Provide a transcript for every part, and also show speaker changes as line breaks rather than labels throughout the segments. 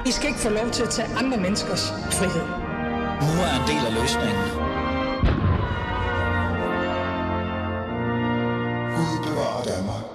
I skal ikke få lov til at tage andre menneskers frihed.
Nu er en del af løsningen.
Gud bevarer Danmark.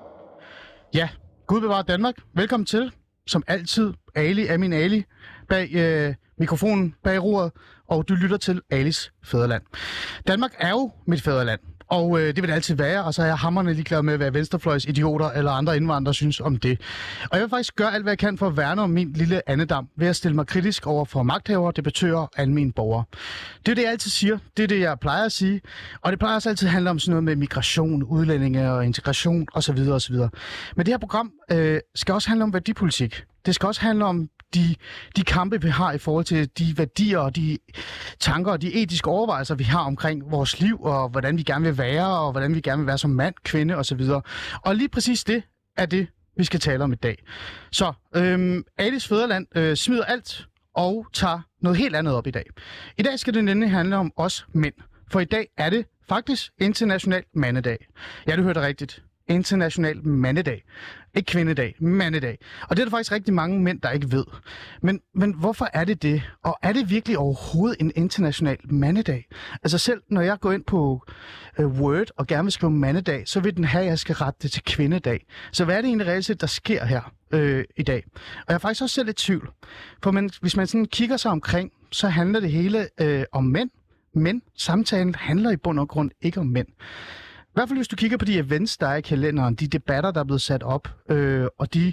Ja, Gud bevarer Danmark. Velkommen til, som altid, Ali Amin Ali, bag mikrofonen, bag roret, og du lytter til Alis Fædreland. Danmark er jo mit fædreland, og det vil det altid være, og så er jeg hamrende ligeglad med, hvad venstrefløjs idioter eller andre indvandrere synes om det. Og jeg vil faktisk gøre alt, hvad jeg kan for at værne om min lille andedam, ved at stille mig kritisk over for magthavere, debattører og almene borgere. Det er det, jeg altid siger. Det er det, jeg plejer at sige. Og det plejer også altid at handle om sådan noget med migration, udlændinge og integration osv. osv. Men det her program skal også handle om værdipolitik. Det skal også handle om de kampe, vi har i forhold til de værdier og de tanker og de etiske overvejelser, vi har omkring vores liv, og hvordan vi gerne vil være, og hvordan vi gerne vil være som mand, kvinde osv. Og lige præcis det er det, vi skal tale om i dag. Så Alis Fædreland smider alt og tager noget helt andet op i dag. I dag skal det nemlig handle om os mænd, for i dag er det faktisk International Mandedag. Ja, du hørte rigtigt. International Mandedag. Ikke kvindedag, mandedag. Og det er der faktisk rigtig mange mænd, der ikke ved. Men hvorfor er det det? Og er det virkelig overhovedet en international mandedag? Altså selv når jeg går ind på Word og gerne vil skrive mandedag, så vil den have, at jeg skal rette det til kvindedag. Så hvad er det egentlig reelt set, der sker her i dag? Og jeg er faktisk også selv i tvivl. For hvis man sådan kigger sig omkring, så handler det hele om mænd. Men samtalen handler i bund og grund ikke om mænd. I hvert fald hvis du kigger på de events, der er i kalenderen, de debatter, der er blevet sat op, og de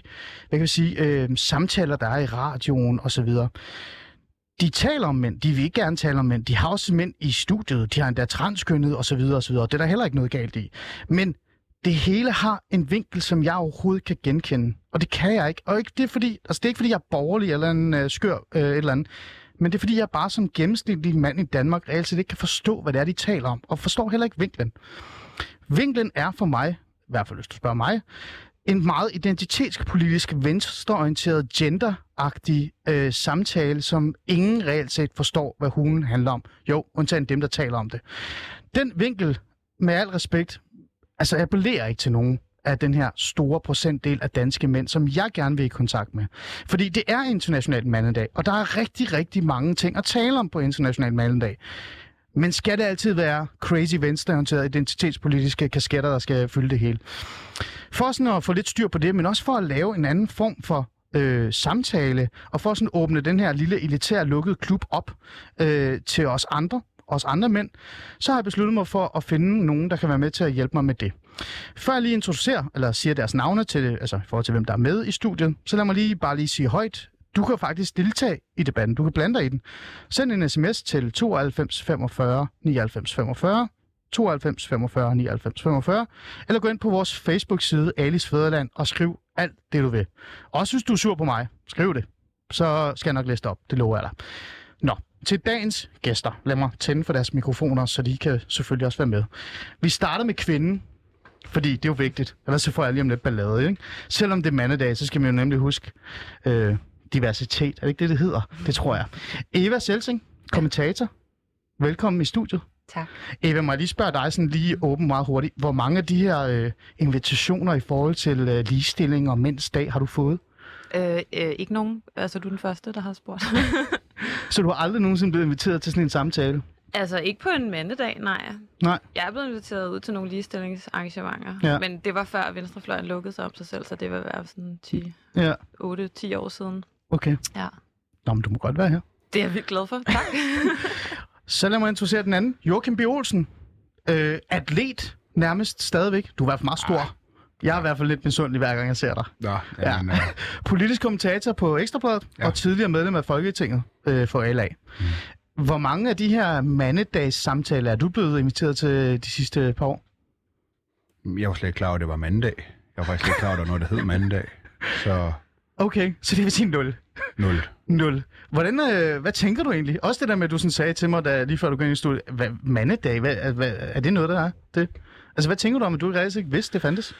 samtaler, der er i radioen osv. De taler om mænd, de vil ikke gerne tale om mænd, de har også mænd i studiet, de har endda transkønnet osv. osv. Det er der heller ikke noget galt i. Men det hele har en vinkel, som jeg overhovedet kan genkende, og det kan jeg ikke. Og det er ikke fordi jeg er borgerlig eller en skør et eller andet, men det er fordi jeg bare som gennemsnitlig mand i Danmark reelt set ikke kan forstå, hvad det er, de taler om, og forstår heller ikke vinklen. Vinklen er for mig, i hvert fald hvis du spørger mig, en meget identitetspolitisk, venstreorienteret, genderagtig samtale, som ingen reelt set forstår, hvad hulen handler om. Jo, undtagen dem, der taler om det. Den vinkel, med al respekt, altså appellerer ikke til nogen af den her store procentdel af danske mænd, som jeg gerne vil i kontakt med. Fordi det er International Mandedag, og der er rigtig, rigtig mange ting at tale om på International Mandedag. Men skal det altid være crazy venstreorienterede identitetspolitiske kasketter, der skal fylde det hele? For sådan at få lidt styr på det, men også for at lave en anden form for samtale, og for sådan at åbne den her lille elitære lukkede klub op til os andre mænd, så har jeg besluttet mig for at finde nogen, der kan være med til at hjælpe mig med det. Før jeg lige introducerer, eller siger deres navne til, altså i forhold til hvem der er med i studiet, så lad mig bare lige sige højt. Du kan faktisk deltage i debatten. Du kan blande dig i den. Send en sms til 92 45 99 45, 92 45 99 45, eller gå ind på vores Facebook-side Alis Fædreland og skriv alt det, du vil. Også hvis du er sur på mig, skriv det. Så skal jeg nok læse det op. Det lover jeg dig. Nå, til dagens gæster. Lad mig tænde for deres mikrofoner, så de kan selvfølgelig også være med. Vi starter med kvinden, fordi det er jo vigtigt. Ellers så får jeg lige om lidt ballade, ikke? Selvom det er mandedag, så skal man jo nemlig huske diversitet. Er det ikke det hedder? Det tror jeg. Eva Selsing, kommentator. Velkommen i studiet.
Tak.
Eva, må jeg lige spørge dig sådan lige åbent meget hurtigt. Hvor mange af de her invitationer i forhold til ligestilling og mænds dag har du fået?
Ikke nogen. Altså, du er den første, der har spurgt.
Så du har aldrig nogensinde blevet inviteret til sådan en samtale?
Altså, ikke på en mandedag, nej.
Nej.
Jeg er blevet inviteret ud til nogle ligestillingsarrangementer,
ja.
Men det var før venstrefløjen lukkede sig om sig selv, så det var være sådan 8-10 år siden.
Okay.
Ja.
Nå, men du må godt være her.
Det er jeg virkelig glad for. Tak.
Så lad mig introducere den anden. Joachim B. Olsen. Atlet nærmest stadigvæk. Du er i hvert fald meget stor. Jeg er i hvert fald lidt misundelig, hver gang jeg ser dig.
Nå,
ja. Politisk kommentator på Ekstra Bladet, og tidligere medlem af Folketinget for LA. Hvor mange af de her mandedags samtaler er du blevet inviteret til de sidste par år?
Jeg var slet ikke klar over, at det var mandedag. Jeg var faktisk slet ikke klar over, at der var noget, der hed mandedag. Så...
Okay, så det vil sige 0. 0. Hvordan, hvad tænker du egentlig? Også det der med, at du sådan sagde til mig, lige før du gik ind i studiet, mandedag, er det noget, der er det? Altså, hvad tænker du om, at du reelt ikke vidste, det fandtes?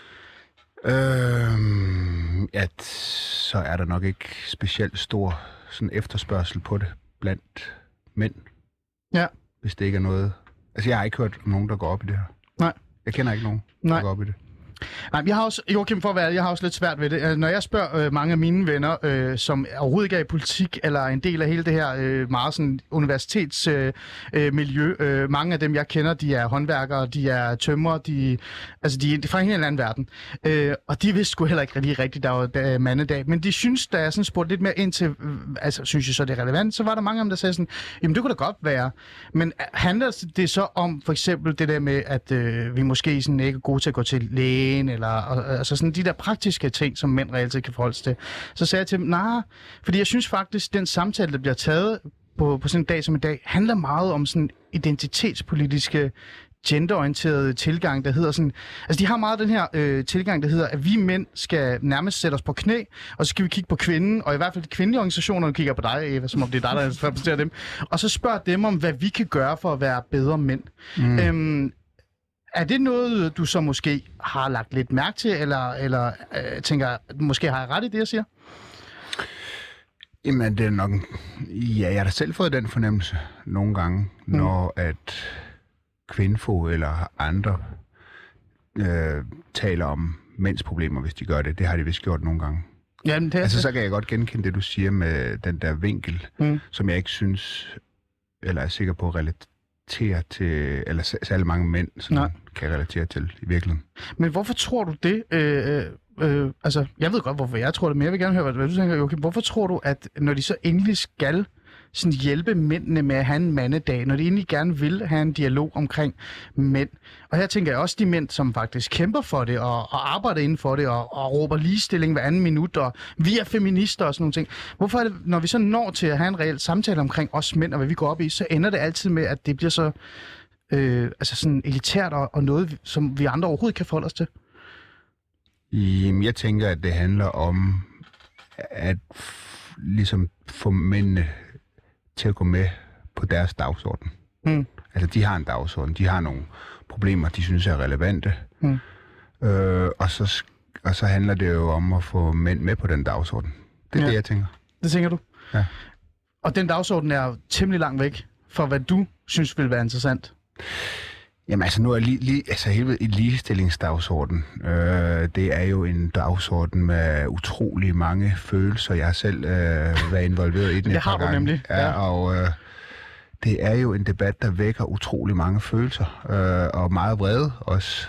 At så er der nok ikke specielt stor sådan efterspørgsel på det blandt mænd.
Ja.
Hvis det ikke er noget... Altså, jeg har ikke hørt om nogen, der går op i det her.
Nej.
Jeg kender ikke nogen, der går op i det.
Nej, jeg har også, Joachim, for at være, jeg har også lidt svært ved det. Når jeg spørger mange af mine venner, som overhovedet ikke er i politik, eller en del af hele det her meget sådan universitetsmiljø, mange af dem, jeg kender, de er håndværkere, de er tømrere, de er fra en helt anden verden. Og de vidste sgu heller ikke lige rigtigt, der var mandedag. Men de synes, da jeg sådan spurgte lidt mere ind til, altså synes jeg så, det er relevant, så var der mange af dem, der sagde sådan, jamen det kunne da godt være. Men handler det så om for eksempel det der med, at vi måske sådan ikke er gode til at gå til lægen, eller altså sådan de der praktiske ting, som mænd reelt kan forholde sig til. Så sagde jeg til dem, nej, fordi jeg synes faktisk, den samtale, der bliver taget på sådan en dag som i dag, handler meget om sådan identitetspolitiske, genderorienterede tilgang, der hedder sådan... Altså, de har meget den her tilgang, der hedder, at vi mænd skal nærmest sætte os på knæ, og så skal vi kigge på kvinden, og i hvert fald de kvindelige organisationer, der kigger på dig, Eva, som om det er dig, der repræsenterer dem, og så spørger dem om, hvad vi kan gøre for at være bedre mænd. Er det noget, du så måske har lagt lidt mærke til, eller tænker, måske har jeg ret i det, jeg siger?
Jamen, det er nok... Ja, jeg har da selv fået den fornemmelse nogle gange, når at Kvinfo eller andre taler om mænds problemer, hvis de gør det. Det har de vist gjort nogle gange.
Jamen, det
altså, så kan jeg godt genkende det, du siger med den der vinkel, som jeg ikke synes, eller er sikker på at relatere til, eller særlig mange mænd, som kan relatere til i virkeligheden.
Men hvorfor tror du det? Altså, jeg ved godt, hvorfor jeg tror det, men jeg vil gerne høre, hvad du tænker, Joachim. Hvorfor tror du, at når de så endelig skal sådan hjælpe mændene med at have en mandedag, når de egentlig gerne vil have en dialog omkring mænd. Og her tænker jeg også de mænd, som faktisk kæmper for det, og arbejder inden for det, og råber ligestilling hver anden minut, og vi er feminister og sådan nogle ting. Hvorfor er det, når vi så når til at have en reel samtale omkring os mænd, og hvad vi går op i, så ender det altid med, at det bliver så altså sådan elitært, og noget, som vi andre overhovedet kan forholde os til?
Jamen, jeg tænker, at det handler om at ligesom få mændene til at gå med på deres dagsorden. Altså, de har en dagsorden, de har nogle problemer, de synes er relevante. Og så handler det jo om at få mænd med på den dagsorden. Det er det, jeg tænker.
Det tænker du?
Ja.
Og den dagsorden er jo temmelig langt væk fra, hvad du synes vil være interessant.
Jamen altså, nu er hele ligestillingsdagsorden. Det er jo en dagsorden med utrolig mange følelser. Jeg har selv været involveret i den et par gange. Det har du nemlig. Ja, og det er jo en debat, der vækker utrolig mange følelser. Og meget vrede også.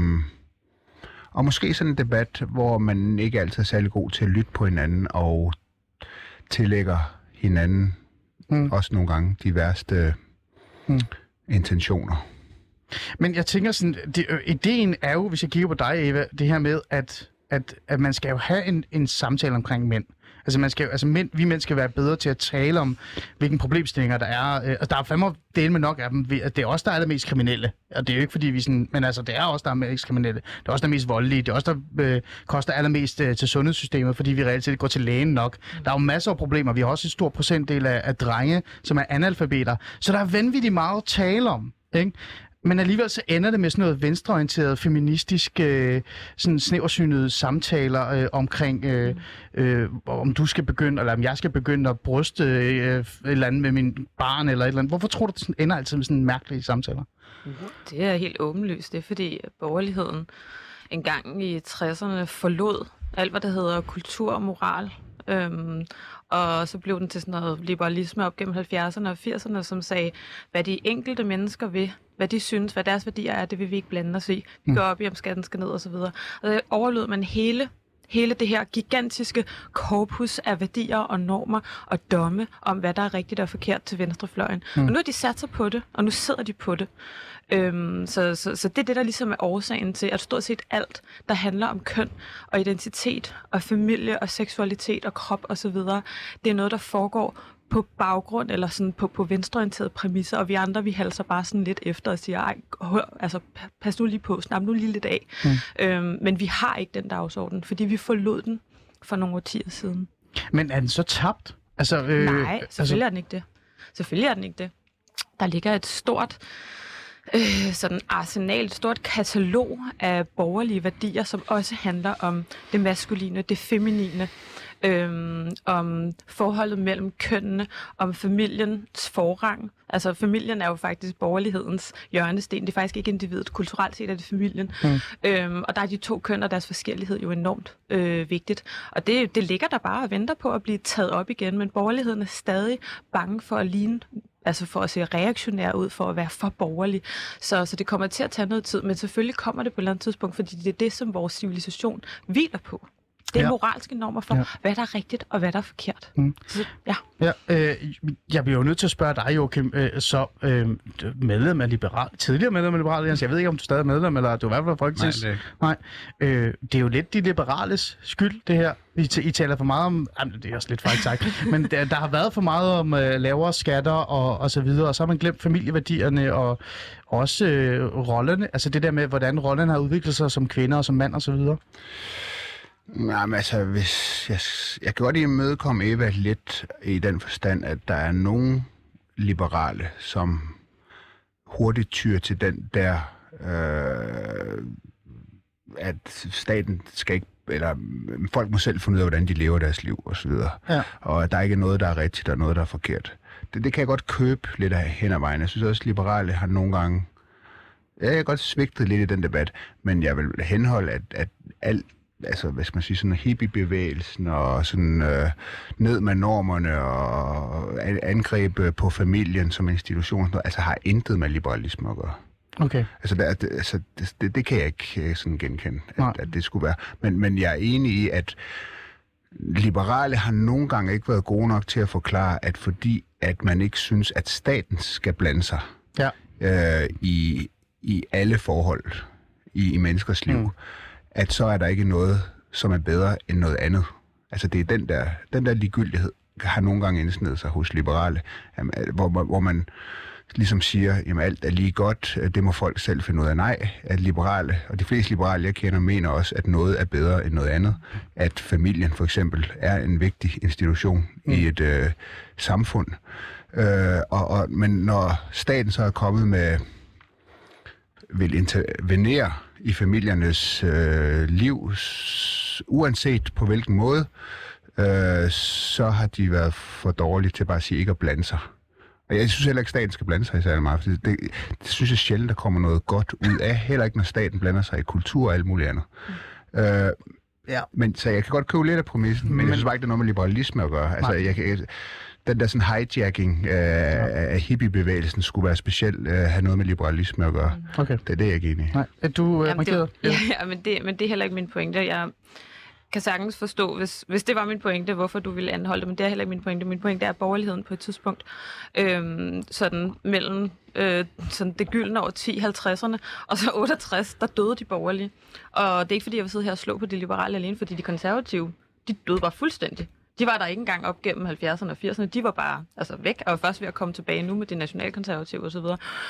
Og måske sådan en debat, hvor man ikke altid er særlig god til at lytte på hinanden og tillægger hinanden også nogle gange de værste intentioner.
Men jeg tænker sådan, ideen er jo, hvis jeg kigger på dig, Eva, det her med, at man skal jo have en samtale omkring mænd. Altså, vi mænd skal være bedre til at tale om, hvilke problemstillinger der er. Og der er fandme del med nok af dem. Det er også der er det mest kriminelle. Og det er jo ikke fordi vi sådan, men altså, det er også der er mest kriminelle. Det er også der mest voldelige. Det er også der koster allermest til sundhedssystemet, fordi vi reelt set går til lægen nok. Der er jo masser af problemer. Vi har også en stor procentdel af drenge, som er analfabeter. Så der er vanvittigt meget at tale om, ikke? Men alligevel så ender det med sådan noget venstreorienteret, feministisk, sådan snæversynede samtaler omkring, om du skal begynde, eller om jeg skal begynde at bryste et eller andet med min barn, eller et eller andet. Hvorfor tror du, det ender altid med sådan mærkelige samtaler?
Det er helt åbenlyst. Det er fordi borgerligheden engang i 60'erne forlod alt, hvad der hedder kultur og moral. Og så blev den til sådan noget liberalisme op gennem 70'erne og 80'erne, som sagde, hvad de enkelte mennesker vil, hvad de synes, hvad deres værdier er, det vil vi ikke blande os i. Vi går op i, om skatten skal ned og så videre. Og så overlod man hele det her gigantiske korpus af værdier og normer og domme om, hvad der er rigtigt og forkert til venstrefløjen. Og nu har de sat sig på det, og nu sidder de på det. Så det er det, der ligesom er årsagen til, at stort set alt, der handler om køn og identitet og familie og seksualitet og krop og så videre, det er noget, der foregår på baggrund eller sådan på venstreorienterede præmisser, og vi andre, vi halser bare sådan lidt efter og siger, altså pas nu lige på, snap nu lige lidt af. Men vi har ikke den dagsorden, fordi vi forlod den for nogle årtier siden.
Men er den så tabt? Altså,
nej, selvfølgelig er den ikke det. Selvfølgelig er den ikke det. Der ligger et stort sådan arsenal, et stort katalog af borgerlige værdier, som også handler om det maskuline, det feminine, om forholdet mellem kønnene, om familiens forrang. Altså familien er jo faktisk borgerlighedens hjørnesten. Det er faktisk ikke individet. Kulturelt set er det familien. Og der er de to køn og deres forskellighed jo enormt vigtigt. Og det ligger der bare og venter på at blive taget op igen. Men borgerligheden er stadig bange for at ligne, altså for at se reaktionær ud, for at være for borgerlig. Så det kommer til at tage noget tid, men selvfølgelig kommer det på et eller andet tidspunkt, fordi det er det, som vores civilisation hviler på. Det er moralske normer for, hvad der er rigtigt og hvad der er forkert. Så,
jeg bliver jo nødt til at spørge dig, Joachim, medlem af tidligere medlem af Liberal Alliance. Jeg ved ikke, om du stadig er medlem, eller du er i hvert fald folketings. Nej. Det er jo lidt de liberales skyld, det her. I taler for meget om... Jamen, det er også lidt fejl sagt. Men der har været for meget om lavere skatter og så videre, og så har man glemt familieværdierne og også rollerne. Altså det der med, hvordan rollerne har udviklet sig som kvinder og som mand og så videre.
Jamen altså, hvis jeg kan godt imødekomme Eva lidt i den forstand, at der er nogle liberale, som hurtigt tyr til den der, at staten skal ikke, eller folk må selv finde ud af, hvordan de lever deres liv og så videre. Ja. Og der er ikke noget, der er rigtigt og noget, der er forkert. Det kan jeg godt købe lidt af hen ad vejen. Jeg synes også, at liberale har nogle gange, jeg har godt svigtet lidt i den debat, men jeg vil henholde, at alt, altså, hvad skal man sige, sådan hippiebevægelsen og sådan ned med normerne og angreb på familien som institution, altså har intet med liberalisme at gøre.
Okay.
Altså, det kan jeg ikke sådan genkende, at det skulle være. Men jeg er enig i, at liberale har nogle gange ikke været gode nok til at forklare, at fordi at man ikke synes, at staten skal blande sig i alle forhold i menneskers liv, at så er der ikke noget, som er bedre end noget andet. Altså det er den der ligegyldighed, har nogle gange indsnedet sig hos liberale, hvor man ligesom siger, jamen alt er lige godt, det må folk selv finde ud af. Nej, at liberale, og de fleste liberale, jeg kender, mener også, at noget er bedre end noget andet. At familien for eksempel er en vigtig institution i et samfund. Men når staten så er kommet med, vil intervenere i familiernes liv, uanset på hvilken måde, så har de været for dårlige til bare at sige ikke at blande sig. Og jeg synes heller ikke, at staten skal blande sig i særlig meget, for det synes jeg sjældent, der kommer noget godt ud af. Heller ikke, når staten blander sig i kultur og alt muligt andet. Men så jeg kan godt købe lidt af præmissen, men jeg synes bare ikke, det er noget med liberalisme at gøre. Altså, den der sådan hijacking af hippiebevægelsen skulle være specielt have noget med liberalisme at gøre. Okay. Det er det, jeg er enig i.
Nej. Er du markeret?
Men det er heller ikke min pointe. Jeg kan sagtens forstå, hvis det var min pointe, hvorfor du ville anholde det, men det er heller ikke min pointe. Min pointe er, at borgerligheden på et tidspunkt, sådan mellem sådan det gyldne år 50'erne, og så 68, der døde de borgerlige. Og det er ikke, fordi jeg vil sidde her og slå på de liberale alene, fordi de konservative, de døde bare fuldstændig. De var der ikke engang op gennem 70'erne og 80'erne. De var bare væk, og var først ved at komme tilbage nu med de nationalkonservative osv.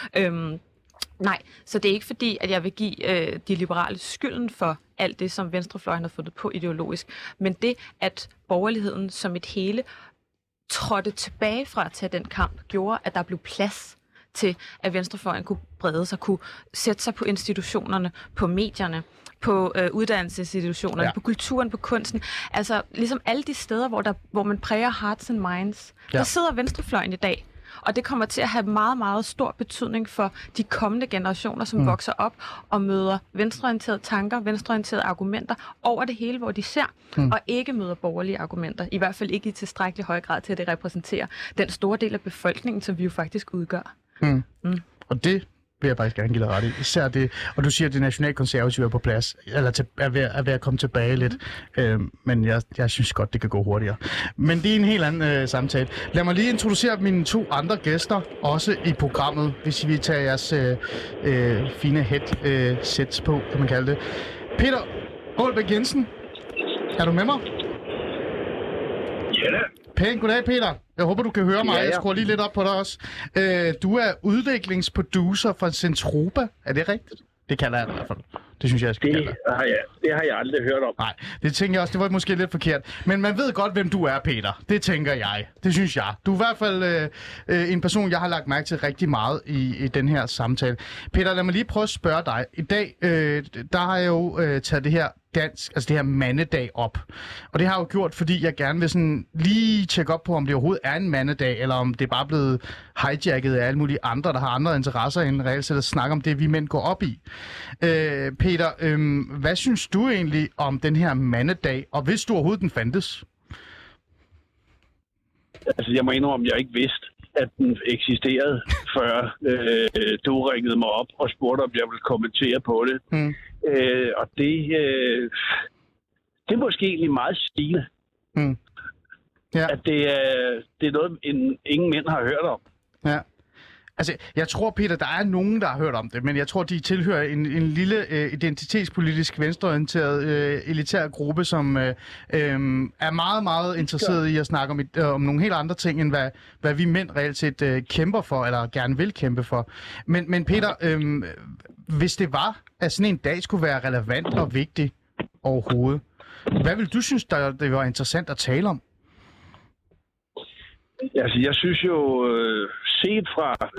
Nej, så det er ikke fordi, at jeg vil give de liberale skylden for alt det, som venstrefløjen har fundet på ideologisk, men det, at borgerligheden som et hele trådte tilbage fra at tage den kamp, gjorde, at der blev plads til, at venstrefløjen kunne brede sig, kunne sætte sig på institutionerne, på medierne, på uddannelsesinstitutionerne, på kulturen, på kunsten. Altså ligesom alle de steder, hvor man præger hearts and minds. Der sidder venstrefløjen i dag. Og det kommer til at have meget, meget stor betydning for de kommende generationer, som vokser op og møder venstreorienterede tanker, venstreorienterede argumenter over det hele, hvor de ser, og ikke møder borgerlige argumenter. I hvert fald ikke i tilstrækkelig høj grad til, at det repræsenterer den store del af befolkningen, som vi jo faktisk udgør.
Og det vil jeg faktisk gerne give dig ret i. Især det, og du siger, at det nationalkonservative er på plads, eller er ved at komme tilbage lidt. Men jeg synes godt, det kan gå hurtigere. Men det er en helt anden samtale. Lad mig lige introducere mine 2 andre gæster, også i programmet, hvis vi tager jeres fine headsets på, kan man kalde det. Peter Aalbæk Jensen, er du med mig?
Ja.
Pænt, goddag Peter. Jeg håber, du kan høre mig. Jeg skruer lige lidt op på dig også. Du er udviklingsproducer for Centropa. Er det rigtigt? Det kalder jeg det i hvert fald. Det synes jeg skal kalde det.
Det har jeg aldrig hørt om.
Nej, det tænker jeg også. Det var måske lidt forkert. Men man ved godt, hvem du er, Peter. Det tænker jeg. Det synes jeg. Du er i hvert fald en person, jeg har lagt mærke til rigtig meget i den her samtale. Peter, lad mig lige prøve at spørge dig. I dag, der har jeg jo taget det her dansk, altså det her mandedag op. Og det har jeg jo gjort, fordi jeg gerne vil sådan lige tjekke op på, om det overhovedet er en mandedag, eller om det er bare blevet hijacket af alle mulige andre, der har andre interesser end reelt set at snakke om det, vi mænd går op i. Peter, hvad synes du egentlig om den her mandedag, og hvis du overhovedet den fandtes?
Altså, jeg må indrømme, at jeg ikke vidste, at den eksisterede, før du ringede mig op og spurgte, om jeg ville kommentere på det. Og det er måske egentlig meget stigende.
Ja.
At det er noget, ingen mænd har hørt om.
Ja. Altså, jeg tror, Peter, der er nogen, der har hørt om det, men jeg tror, de tilhører en lille identitetspolitisk venstreorienteret elitær gruppe, som er meget, meget interesseret i at snakke om nogle helt andre ting, end hvad vi mænd reelt set kæmper for, eller gerne vil kæmpe for. Men Peter, hvis det var, at sådan en dag skulle være relevant og vigtig overhovedet, hvad vil du synes, det var interessant at tale om?
Altså, jeg synes jo, set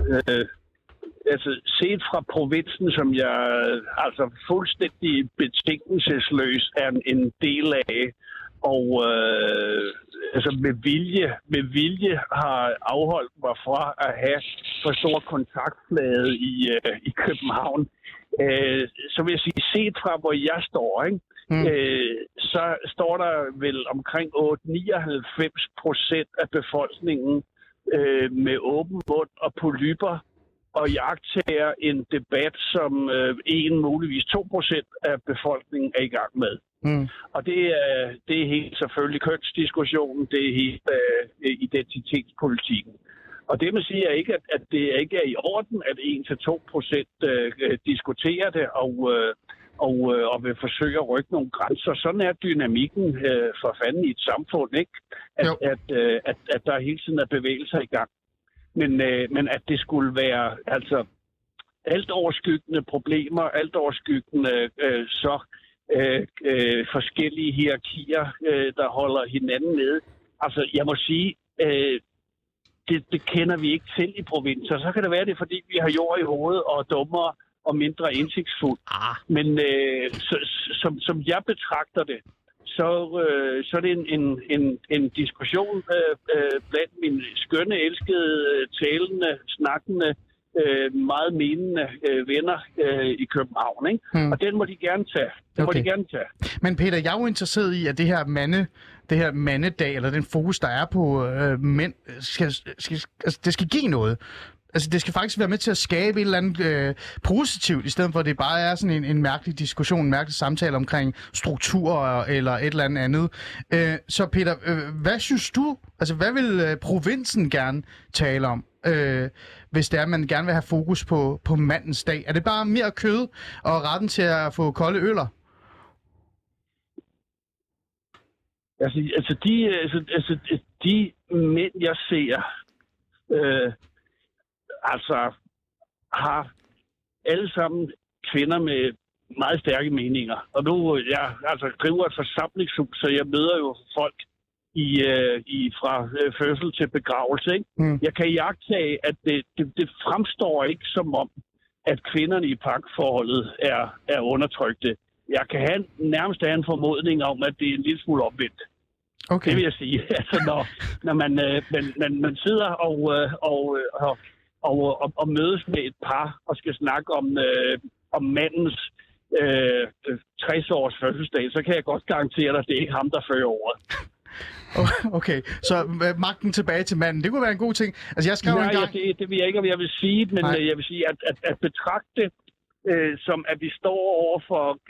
fra provinsen, som jeg altså fuldstændig betingelsesløs er en del af, og altså med vilje har afholdt mig fra at have for stor kontaktflade i København, så vil jeg sige, set fra hvor jeg står, ikke? Så står der vel omkring 99% af befolkningen med åben mund og polypper og jagttager en debat, som muligvis 2% af befolkningen er i gang med. Og det er helt selvfølgelig kønsdiskussionen, det er helt identitetspolitikken. Og det man siger ikke, at det ikke er i orden, at 1-2% diskuterer det og vil forsøge at rykke nogle grænser. Sådan er dynamikken for fanden i et samfund, ikke? At der hele tiden er bevægelser i gang. Men at det skulle være altså alt overskyggende problemer, alt overskyggende forskellige hierarkier, der holder hinanden nede. Altså, jeg må sige, det kender vi ikke til i provinser. Så kan det være, det er, fordi vi har jord i hovedet og dummere og mindre indsigtsfuldt. Men som jeg betragter det, så er det en diskussion blandt mine skønne, elskede, talende, snakkende, meget menende venner i København, ikke? Og den må de gerne tage.
Men Peter, jeg er jo interesseret i, at det her mandedag, eller den fokus, der er på mænd, det skal give noget. Altså, det skal faktisk være med til at skabe et eller andet positivt, i stedet for at det bare er sådan en mærkelig diskussion, en mærkelig samtale omkring strukturer eller et eller andet. Så Peter, hvad synes du, altså hvad vil provinsen gerne tale om, hvis det er, at man gerne vil have fokus på mandens dag? Er det bare mere kød og retten til at få kolde øller?
Altså de mænd, jeg ser, har alle sammen kvinder med meget stærke meninger. Og nu, jeg driver et forsamlingshus, så jeg møder jo folk fra fødsel til begravelse, ikke? Jeg kan iagttage, at det fremstår ikke som om, at kvinderne i pakforholdet er undertrykte. Jeg kan nærmest have en formodning om, at det er en lille smule omvendt. Okay. Det vil jeg sige. Altså, når man sidder og mødes med et par og skal snakke om mandens 60-års fødselsdag, så kan jeg godt garantere dig, at det er ikke ham, der fører ordet.
Okay, så magten tilbage til manden, det kunne være en god ting. Altså, jeg skrev engang...
det vil jeg ikke, om jeg vil sige, men jeg vil sige, at betragte som at vi står over for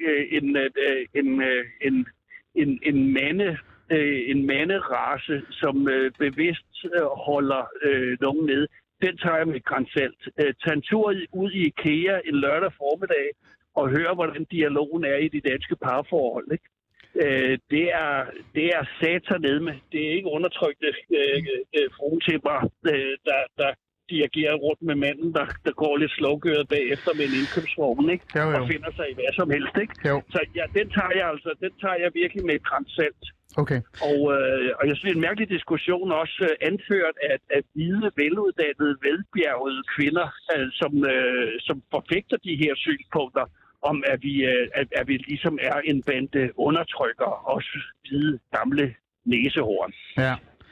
en manderace, som bevidst holder nogen nede. Den tager jeg med grænsalt. Tag en tur ud i IKEA en lørdag formiddag og høre, hvordan dialogen er i de danske parforhold, ikke? Det er satan ned med. Det er ikke undertrykte fruentipper, der dirigerer rundt med manden, der går lidt slowgøret bagefter med en indkøbsvogn, ikke? Jo. Og finder sig i hvad som helst, ikke? Jo. Så ja, den tager jeg virkelig med grænsalt.
Okay.
Og jeg synes, det er en mærkelig diskussion også anført af hvide, veluddannede, velbjergede kvinder, som forfægter de her synspunkter, om at vi ligesom er en bande undertrykker, også hvide gamle næsehorn.
Ja.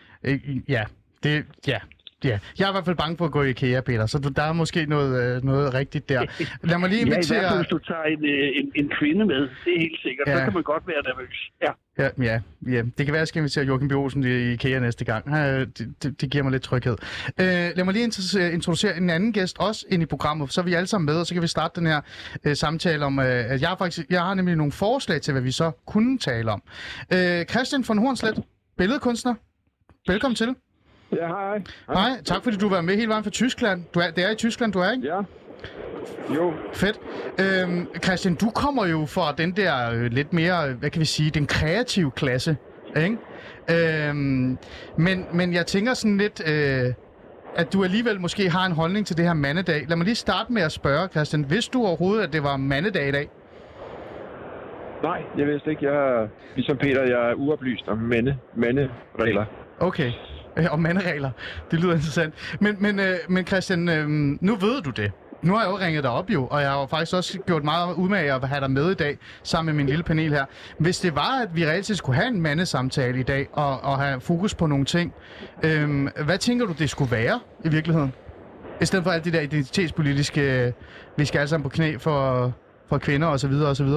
Ja, jeg er i hvert fald bange for at gå i IKEA, Peter, så der er måske noget rigtigt der. Lad mig lige invitere...
Ja, i hvert fald, hvis du tager en kvinde med, det er helt sikkert, så kan man godt være nervøs.
Ja. Det kan være, at jeg skal invitere Joachim B. Olsen i IKEA næste gang. Det giver mig lidt tryghed. Lad mig lige introducere en anden gæst også ind i programmet, så er vi alle sammen med, og så kan vi starte den her samtale om, at jeg har nemlig nogle forslag til, hvad vi så kunne tale om. Christian von Hornslet, billedkunstner. Velkommen til.
Ja, hej.
Hej, tak fordi du var med hele vejen fra Tyskland. Det er i Tyskland, du er, ikke? Ja.
Jo.
Fedt. Christian, du kommer jo fra den der lidt mere, hvad kan vi sige, den kreative klasse, ikke? Men jeg tænker sådan lidt, at du alligevel måske har en holdning til det her mandedag. Lad mig lige starte med at spørge, Christian. Vidste du overhovedet, at det var mandedag i dag? Nej,
jeg vidste ikke. Ligesom Peter, jeg er uoplyst om manderegler.
Okay. Og manderegler. Det lyder interessant. Men Christian, nu ved du det. Nu har jeg jo ringet dig op jo, og jeg har jo faktisk også gjort meget umage at have dig med i dag, sammen med min lille panel her. Hvis det var, at vi reelt set skulle have en mandesamtale i dag, og have fokus på nogle ting, hvad tænker du, det skulle være i virkeligheden? I stedet for alt det der identitetspolitiske, vi skal alle sammen på knæ for kvinder osv. osv.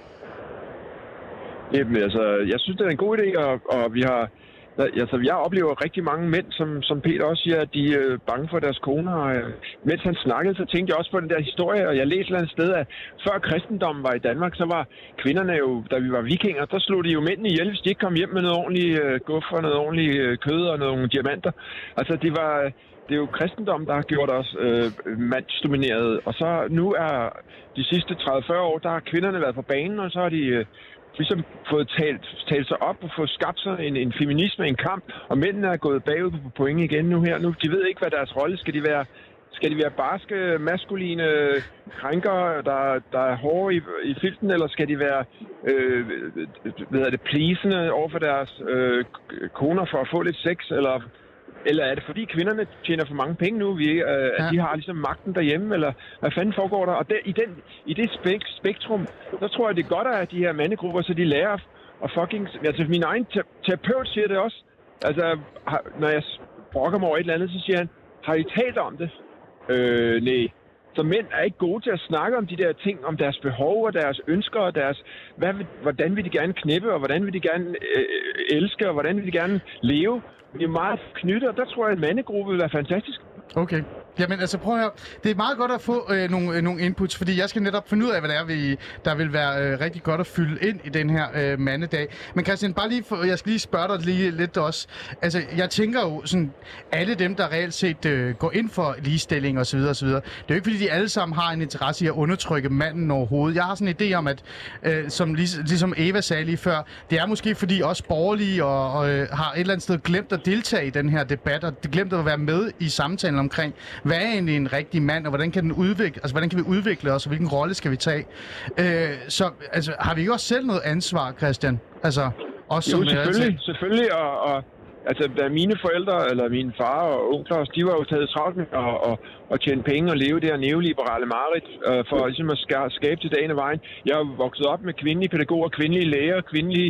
Jamen altså, jeg synes, det er en god idé, og vi har... Altså, jeg oplever rigtig mange mænd, som Peter også siger, at de er bange for deres koner. Mens han snakkede, så tænkte jeg også på den der historie, og jeg læste et eller andet sted, at før kristendommen var i Danmark, så var kvinderne jo, da vi var vikinger, der slog de jo mændene ihjel, hvis de ikke kom hjem med noget ordentligt guf og noget ordentligt kød og nogle diamanter. Altså, det er jo kristendommen, der har gjort os mandsdomineret, og så nu er de sidste 30-40 år, der har kvinderne været på banen, og så har de... ligesom fået talt sig op og fået skabt sig en feminisme, en kamp, og mændene er gået bagud på point igen nu her. Nu, de ved ikke, hvad deres rolle skal. Skal de være barske, maskuline krænker, der er hårde i filten, eller skal de være pleasende over for deres koner for at få lidt sex, eller er det fordi kvinderne tjener for mange penge nu, at de har ligesom magten derhjemme, eller hvad fanden foregår der? Og i det spektrum, så tror jeg, det er godt, at de her mandegrupper, så de lærer at fucking... Altså min egen terapeut siger det også. Altså, når jeg brokker mig over et eller andet, så siger han, har I talt om det? Nej. Så mænd er ikke gode til at snakke om de der ting, om deres behov og deres ønsker og hvordan vil de gerne knæppe, og hvordan vil de gerne elske, og hvordan vil de gerne leve. Det er meget knyttet, og der tror jeg, at en mandegruppe vil være fantastisk.
Okay. Jamen altså prøv at høre. Det er meget godt at få nogle inputs, fordi jeg skal netop finde ud af, hvad det er, der vil være rigtig godt at fylde ind i den her mandedag. Men Christian, jeg skal lige spørge dig lige lidt også. Altså jeg tænker jo sådan, alle dem, der reelt set går ind for ligestilling osv. osv. Det er jo ikke fordi, de alle sammen har en interesse i at undertrykke manden overhovedet. Jeg har sådan en idé om, at som ligesom Eva sagde lige før, det er måske fordi også borgerlige og har et eller andet sted glemt at deltage i den her debat, og glemt at være med i samtalen omkring, hvad er egentlig en rigtig mand, og hvordan kan vi udvikle os, og hvilken rolle skal vi tage? Så altså, har vi ikke også selv noget ansvar, Christian? Altså, også
jo, selvfølgelig, og altså, da mine forældre, eller min far og onkler, de var jo taget travlt med at tjene penge og leve det her neoliberale mareridt, for ligesom at skabe til dagen og vejen. Jeg er vokset op med kvindelige pædagoger, kvindelige læger, kvindelige...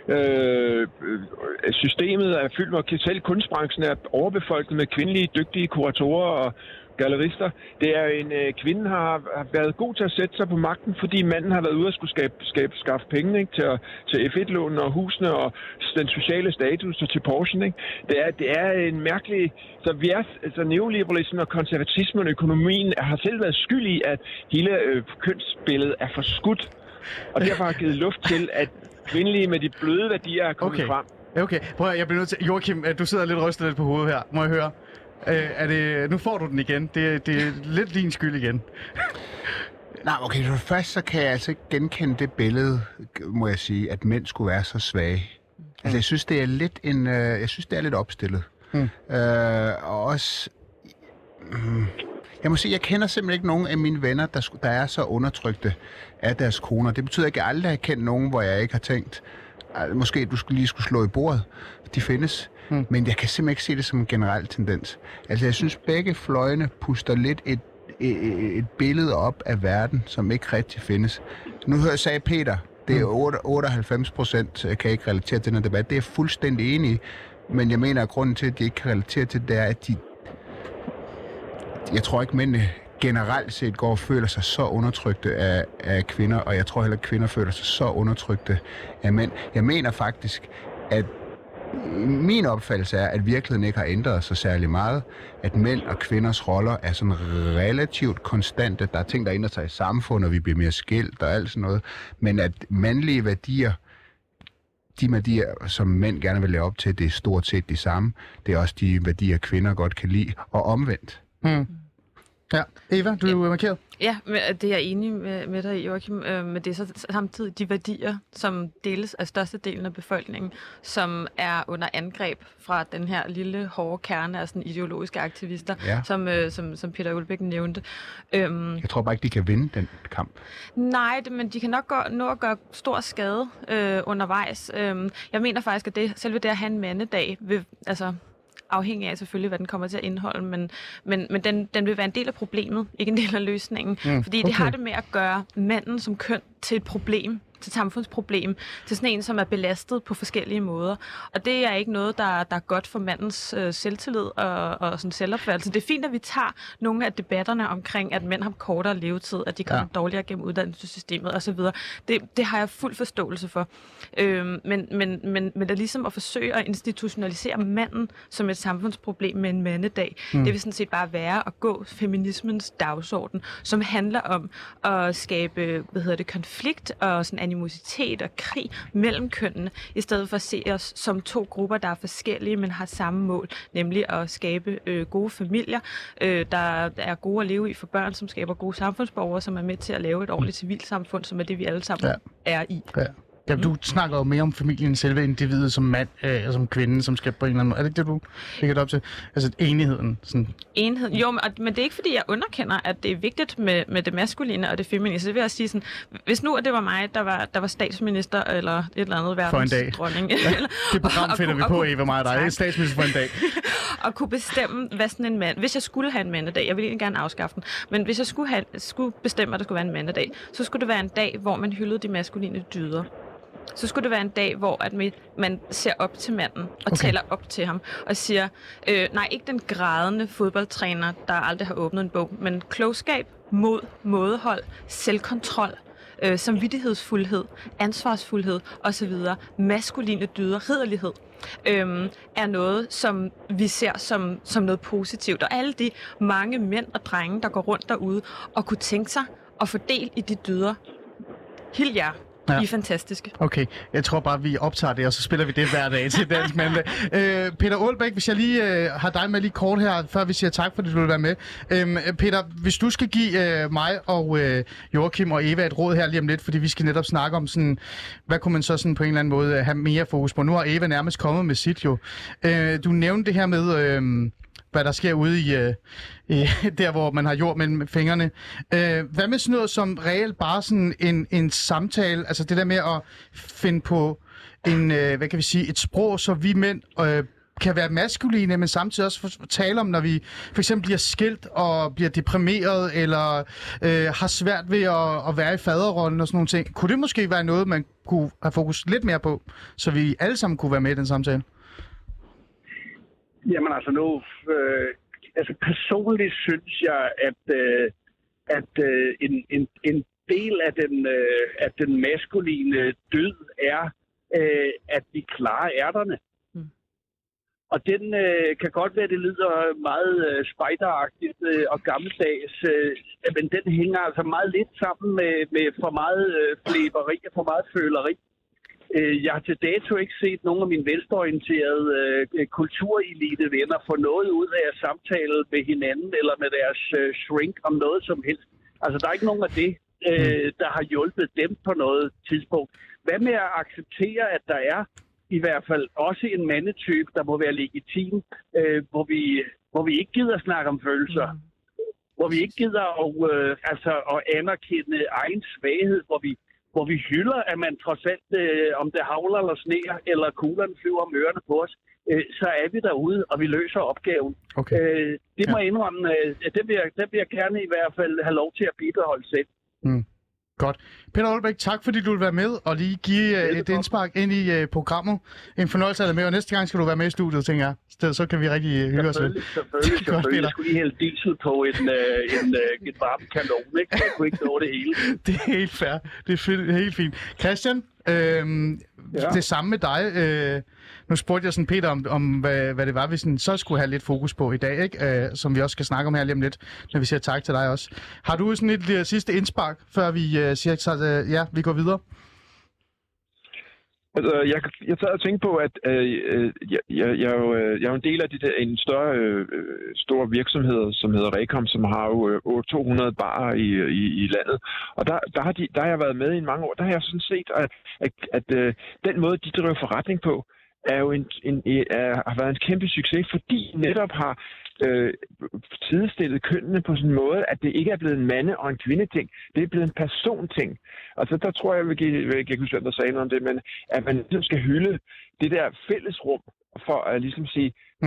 systemet er fyldt med, selv kunstbranchen er overbefolket med kvindelige, dygtige kuratorer og gallerister. Det er kvinden har været god til at sætte sig på magten, fordi manden har været ude at skulle skaffe penge, ikke, til F1-lånene og husene og den sociale status og til Porsche. Ikke? Det er en mærkelig... Så vi er, altså neoliberalismen og konservatismen og økonomien har selv været skyld i, at hele kønsbilledet er forskudt. Og derfor har givet luft til, at kvindelige med de bløde værdier er kommet frem.
Okay, prøv at, jeg bliver nødt til... Joachim, du sidder lidt rystet lidt på hovedet her. Må jeg høre? Nu får du den igen. Det er lidt din skyld igen.
Nej, okay, så først så kan jeg altså ikke genkende det billede, må jeg sige, at mænd skulle være så svage. Altså, jeg synes, det er lidt lidt opstillet. Og også... Jeg må sige, jeg kender simpelthen ikke nogen af mine venner, der er så undertrykte af deres koner. Det betyder ikke, at jeg aldrig har kendt nogen, hvor jeg ikke har tænkt, måske du skulle slå i bordet. De findes. Men jeg kan simpelthen ikke se det som en generel tendens. Altså, jeg synes, begge fløjene puster lidt et billede op af verden, som ikke rigtig findes. Nu sagde Peter, det er 98% kan ikke relatere til den her debat. Det er jeg fuldstændig enig i. Men jeg mener, at grunden til, at de ikke kan relatere til det, er, at jeg tror ikke, mændene generelt set går og føler sig så undertrykte af kvinder, og jeg tror heller, at kvinder føler sig så undertrykte af mænd. Jeg mener faktisk, at min opfattelse er, at virkeligheden ikke har ændret sig særlig meget. At mænd og kvinders roller er sådan relativt konstante. Der er ting, der ændrer sig i samfundet, og vi bliver mere skilt og alt sådan noget. Men at mandlige værdier, de værdier, som mænd gerne vil lave op til, det er stort set de samme. Det er også de værdier, kvinder godt kan lide, og omvendt.
Ja, Eva, du er jo markeret.
Ja, det er jeg enig med dig, Joachim. Men det er så samtidig de værdier, som deles af størstedelen af befolkningen, som er under angreb fra den her lille hårde kerne af sådan ideologiske aktivister, som Peter Aalbæk nævnte.
Jeg tror bare ikke, de kan vinde den kamp.
Nej, men de kan nok nå at gøre stor skade undervejs. Jeg mener faktisk, at selve det at have en mandedag vil, afhængig af selvfølgelig, hvad den kommer til at indeholde, men den vil være en del af problemet, ikke en del af løsningen. Fordi det har det med at gøre manden som køn til et problem, til et samfundsproblem, til sådan en, som er belastet på forskellige måder. Og det er ikke noget, der er godt for mandens selvtillid og sådan selvopfattelse. Det er fint, at vi tager nogle af debatterne omkring, at mænd har kortere levetid, at de kommer dårligere gennem uddannelsessystemet osv. Det har jeg fuld forståelse for. Men det er ligesom at forsøge at institutionalisere manden som et samfundsproblem med en mandedag. Det vil sådan set bare være at gå feminismens dagsorden, som handler om at skabe, konflikt og sådan animositet og krig mellem kønnene, i stedet for at se os som to grupper, der er forskellige, men har samme mål, nemlig at skabe gode familier, der er gode at leve i for børn, som skaber gode samfundsborgere, som er med til at lave et ordentligt civilsamfund, som er det, vi alle sammen er i.
Ja. Ja, du snakker jo mere om familien, selve individet som mand og som kvinde, som skal på en eller anden måde. Er det ikke det, du lægger op til? Altså enigheden? Sådan.
Enheden? Jo, men det er ikke, fordi jeg underkender, at det er vigtigt med det maskuline og det feminine. Så det vil jeg sige sådan, hvis nu det var mig, der var statsminister eller et eller andet verdensdronning.
Ja, det program finder vi på, Eva, mig og dig. Statsminister for en dag.
Og kunne bestemme, hvad sådan en mand... Hvis jeg skulle have en mandedag, jeg ville egentlig gerne afskaffe den, men hvis jeg skulle bestemme, at der skulle være en mandedag, så skulle det være en dag, hvor man hyldede de maskuline dyder. Så skulle det være en dag, hvor at man ser op til manden og taler op til ham og siger, nej, ikke den grædende fodboldtræner, der aldrig har åbnet en bog, men klogskab, mod, mådehold, selvkontrol, samvittighedsfuldhed, ansvarsfuldhed osv., maskuline dyder, ridderlighed, er noget, som vi ser som noget positivt. Og alle de mange mænd og drenge, der går rundt derude og kunne tænke sig at få del i de dyder, hild jer. Ja. I er fantastiske.
Okay, jeg tror bare, vi optager det, og så spiller vi det hver dag til Dansk Mandag. Peter Aalbæk, hvis jeg lige har dig med lige kort her, før vi siger tak, fordi du vil være med. Peter, hvis du skal give mig og Joachim og Eva et råd her lige om lidt, fordi vi skal netop snakke om sådan, hvad kunne man så sådan på en eller anden måde have mere fokus på? Nu har Eva nærmest kommet med sit jo. Du nævnte det her med... hvad der sker ude i der, hvor man har jord mellem fingrene. Hvad med sådan noget som reelt bare sådan en samtale, altså det der med at finde på hvad kan vi sige, et sprog, så vi mænd kan være maskuline, men samtidig også tale om, når vi for eksempel bliver skilt og bliver deprimeret, eller har svært ved at være i faderrollen og sådan nogle ting. Kunne det måske være noget, man kunne have fokus lidt mere på, så vi alle sammen kunne være med i den samtale?
Jamen altså nu, personligt synes jeg, at en del af den maskuline død er, at vi klarer ærterne. Og den kan godt være, det lyder meget spejderagtigt og gammeldags, men den hænger altså meget lidt sammen med for meget flæberi og for meget føleri. Jeg har til dato ikke set nogen af mine venstreorienterede kulturelite venner få noget ud af at samtale med hinanden eller med deres shrink om noget som helst. Altså, der er ikke nogen af det, der har hjulpet dem på noget tidspunkt. Hvad med at acceptere, at der er i hvert fald også en mandetype, der må være legitim, hvor vi ikke gider snakke om følelser. Hvor vi ikke gider at anerkende egen svaghed, hvor vi hylder, at man trods alt, om det havler eller sneer, eller kuglerne flyver om ørerne på os, så er vi derude, og vi løser opgaven.
Okay.
Det må jeg indrømme, det vil jeg gerne i hvert fald have lov til at bibeholde selv.
Mm. Godt. Peter Aalbæk, tak fordi du vil være med og lige give et indspark ind i programmet. En fornøjelse at være med, og næste gang skal du være med i studiet, tænker jeg. Så kan vi rigtig hygge os lidt.
Selvfølgelig. Jeg skulle lige hælde diesel på en varm kanon, ikke? Jeg kunne ikke nå det hele.
Det er helt fair. Det er helt fint. Christian, det samme med dig. Nu spurgte jeg sådan Peter om hvad det var, vi sådan, så skulle have lidt fokus på i dag, ikke? Som vi også skal snakke om her lige om lidt, når vi siger tak til dig også. Har du sådan et sidste indspark, før vi siger, vi går videre?
Altså, jeg tager og tænke på, at jeg er jo en del af en stor virksomhed, som hedder Rekom, som har jo 200 barer i landet. Og der har jeg været med i mange år. Der har jeg sådan set, at den måde, de driver forretning på, er jo har været en kæmpe succes, fordi netop har sidestillet kønnene på sådan en måde, at det ikke er blevet en mande- og en kvindeting. Det er blevet en personting. Altså der tror jeg, jeg kan huske, at der sagde noget om det, men at man ligesom skal hylde det der fællesrum for at ligesom sige,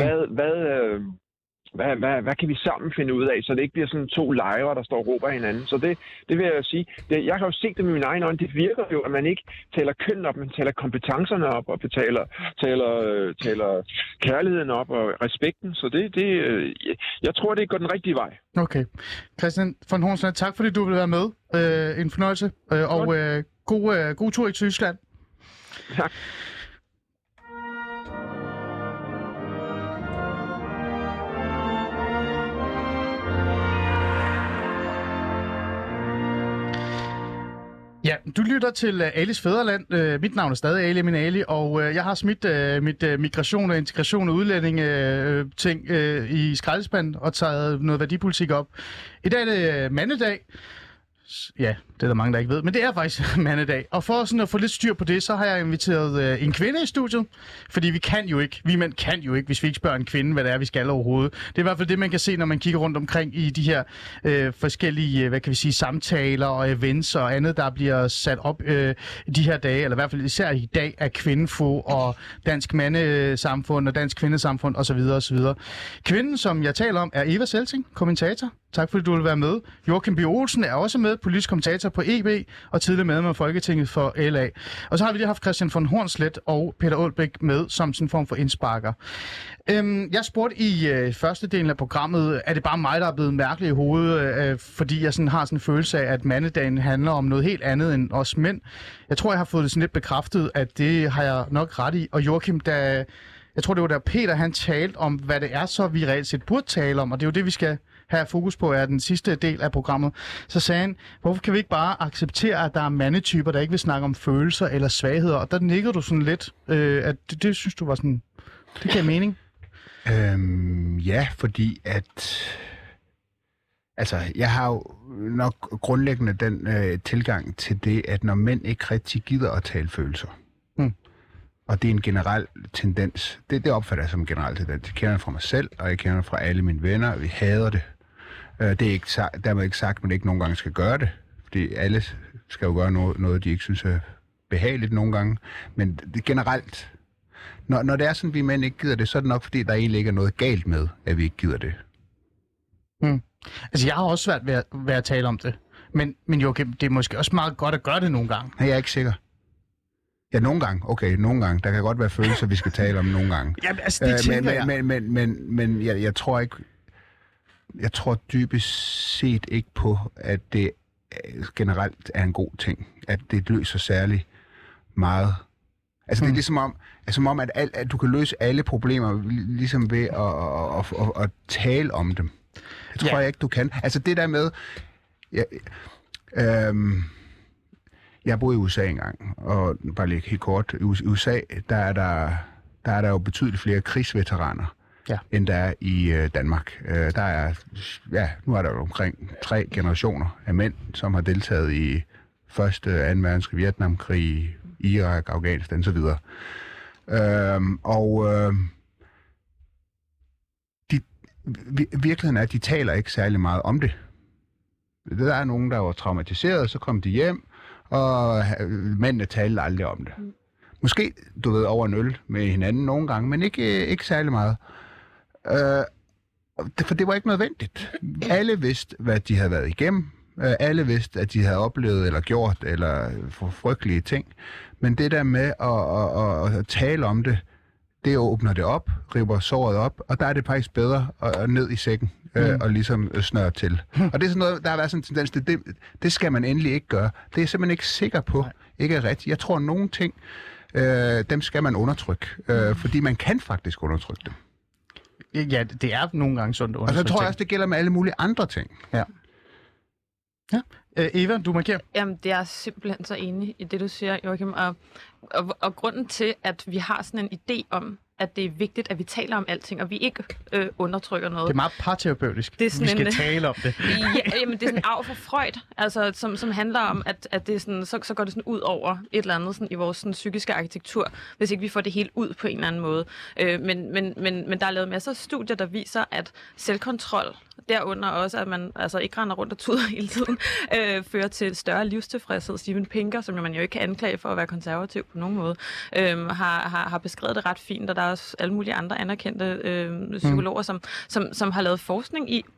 hvad kan vi sammen finde ud af, så det ikke bliver sådan to lejre, der står og råber hinanden. Så det vil jeg sige. Jeg har jo set det med mine egne øjne. Det virker jo, at man ikke taler køn op, man taler kompetencerne op, og taler kærligheden op og respekten. Så jeg tror, det går den rigtige vej.
Okay. Christian von Hornslet, tak fordi du vil være med. En fornøjelse. Og god tur i Tyskland.
Tak.
Ja, du lytter til Alis Fædreland. Mit navn er stadig Ali Amin Ali, og jeg har smidt mit migration og integration og udlænding ting i skraldespanden og taget noget værdipolitik op. I dag er det mandedag. Ja, det er der mange, der ikke ved, men det er faktisk mandedag. Og for sådan at få lidt styr på det, så har jeg inviteret en kvinde i studiet. Fordi vi mænd kan jo ikke, hvis vi ikke spørger en kvinde, hvad det er, vi skal overhovedet. Det er i hvert fald det, man kan se, når man kigger rundt omkring i de her forskellige, hvad kan vi sige, samtaler og events og andet, der bliver sat op de her dage, eller i hvert fald især i dag, af Kvindefo og Dansk Mandesamfund og Dansk Kvindesamfund osv. osv. Kvinden, som jeg taler om, er Eva Selting, kommentator. Tak fordi du vil være med. Joachim B. Olsen er også med, politisk kommentator på EB, og tidligere medlem af Folketinget for LA. Og så har vi lige haft Christian von Hornslet og Peter Aalbæk med som sådan en form for indsparker. Jeg spurgte i første del af programmet, er det bare mig, der er blevet mærkelig i hovedet, fordi jeg sådan har sådan en følelse af, at mandedagen handler om noget helt andet end os mænd. Jeg tror, jeg har fået det sådan lidt bekræftet, at det har jeg nok ret i. Og Joachim, jeg tror, det var der Peter, han talte om, hvad det er, så vi reelt set burde tale om, og det er jo det, vi skal have fokus på, er den sidste del af programmet. Så sagde han, hvorfor kan vi ikke bare acceptere, at der er mandetyper, der ikke vil snakke om følelser eller svagheder? Og der nikkede du sådan lidt, at det synes du var sådan, det gav mening?
Ja, fordi at altså, jeg har jo nok grundlæggende den tilgang til det, at når mænd ikke rigtig gider at tale følelser, og det er en generel tendens. Det opfatter jeg som en generel tendens. Jeg kender det fra mig selv, og jeg kender det fra alle mine venner. Vi hader det. Det er ikke dermed ikke sagt, at man ikke nogen gange skal gøre det. Fordi alle skal jo gøre noget de ikke synes er behageligt nogle gange. Men det generelt, når det er sådan, at vi mænd ikke gider det, så er det nok, fordi der egentlig ikke er noget galt med, at vi ikke gider det.
Altså, jeg har også svært ved at tale om det. Men Joachim, det er måske også meget godt at gøre det nogle gange.
Nej, jeg er ikke sikker. Ja, nogle gange. Okay, nogle gange. Der kan godt være følelser, vi skal tale om nogle gange.
Jamen, altså, det tænker jeg.
Men jeg tror ikke... Jeg tror dybest set ikke på, at det generelt er en god ting. At det løser særlig meget. Altså, det er ligesom om, at du kan løse alle problemer ligesom ved at tale om dem. Det tror jeg ikke, du kan. Altså, det der med... Jeg boede i USA engang, og bare lige helt kort. I USA, der er der jo betydeligt flere krigsveteraner, end der er i Danmark. Nu er der jo omkring 3 generationer af mænd, som har deltaget i 1. og 2. verdenskrig, Vietnamkrig, Irak, Afghanistan osv. Virkeligheden er, at de taler ikke særlig meget om det. Der er nogen, der var traumatiseret, så kom de hjem, og mændene talte aldrig om det. Måske, du ved, over en øl med hinanden nogle gange, men ikke særlig meget. For det var ikke nødvendigt. Alle vidste, hvad de havde været igennem. Alle vidste, at de havde oplevet eller gjort eller frygtelige ting. Men det der med at tale om det, det åbner det op, ripper såret op, og der er det faktisk bedre at ned i sækken og ligesom snøre til. Og det er sådan noget, der har været sådan en tendens til, det skal man endelig ikke gøre. Det er jeg simpelthen ikke sikker på, ikke er rigtigt. Jeg tror, at nogle ting, dem skal man undertrykke, fordi man kan faktisk undertrykke dem.
Ja, det er nogle gange sundt at undertrykke.
Og så tror jeg også, det gælder med alle mulige andre ting.
Ja. Eva, du markerer.
Jamen, det er simpelthen så enig i det, du siger, Joachim. Og grunden til, at vi har sådan en idé om, at det er vigtigt, at vi taler om alting, og vi ikke undertrykker noget.
Det er meget parterapeutisk.
Det er sådan
vi skal tale om det.
Jamen, det er sådan en arv fra Freud, altså, som handler om, at det er sådan, så går det sådan ud over et eller andet sådan, i vores sådan, psykiske arkitektur, hvis ikke vi får det helt ud på en eller anden måde. Men der er lavet masser af studier, der viser, at selvkontrol, derunder også, at man altså ikke render rundt og tuder hele tiden, fører til større livstilfredshed. Steven Pinker, som man jo ikke kan anklage for at være konservativ på nogen måde, har beskrevet det ret fint, og der er også alle mulige andre anerkendte psykologer, som har lavet forskning i,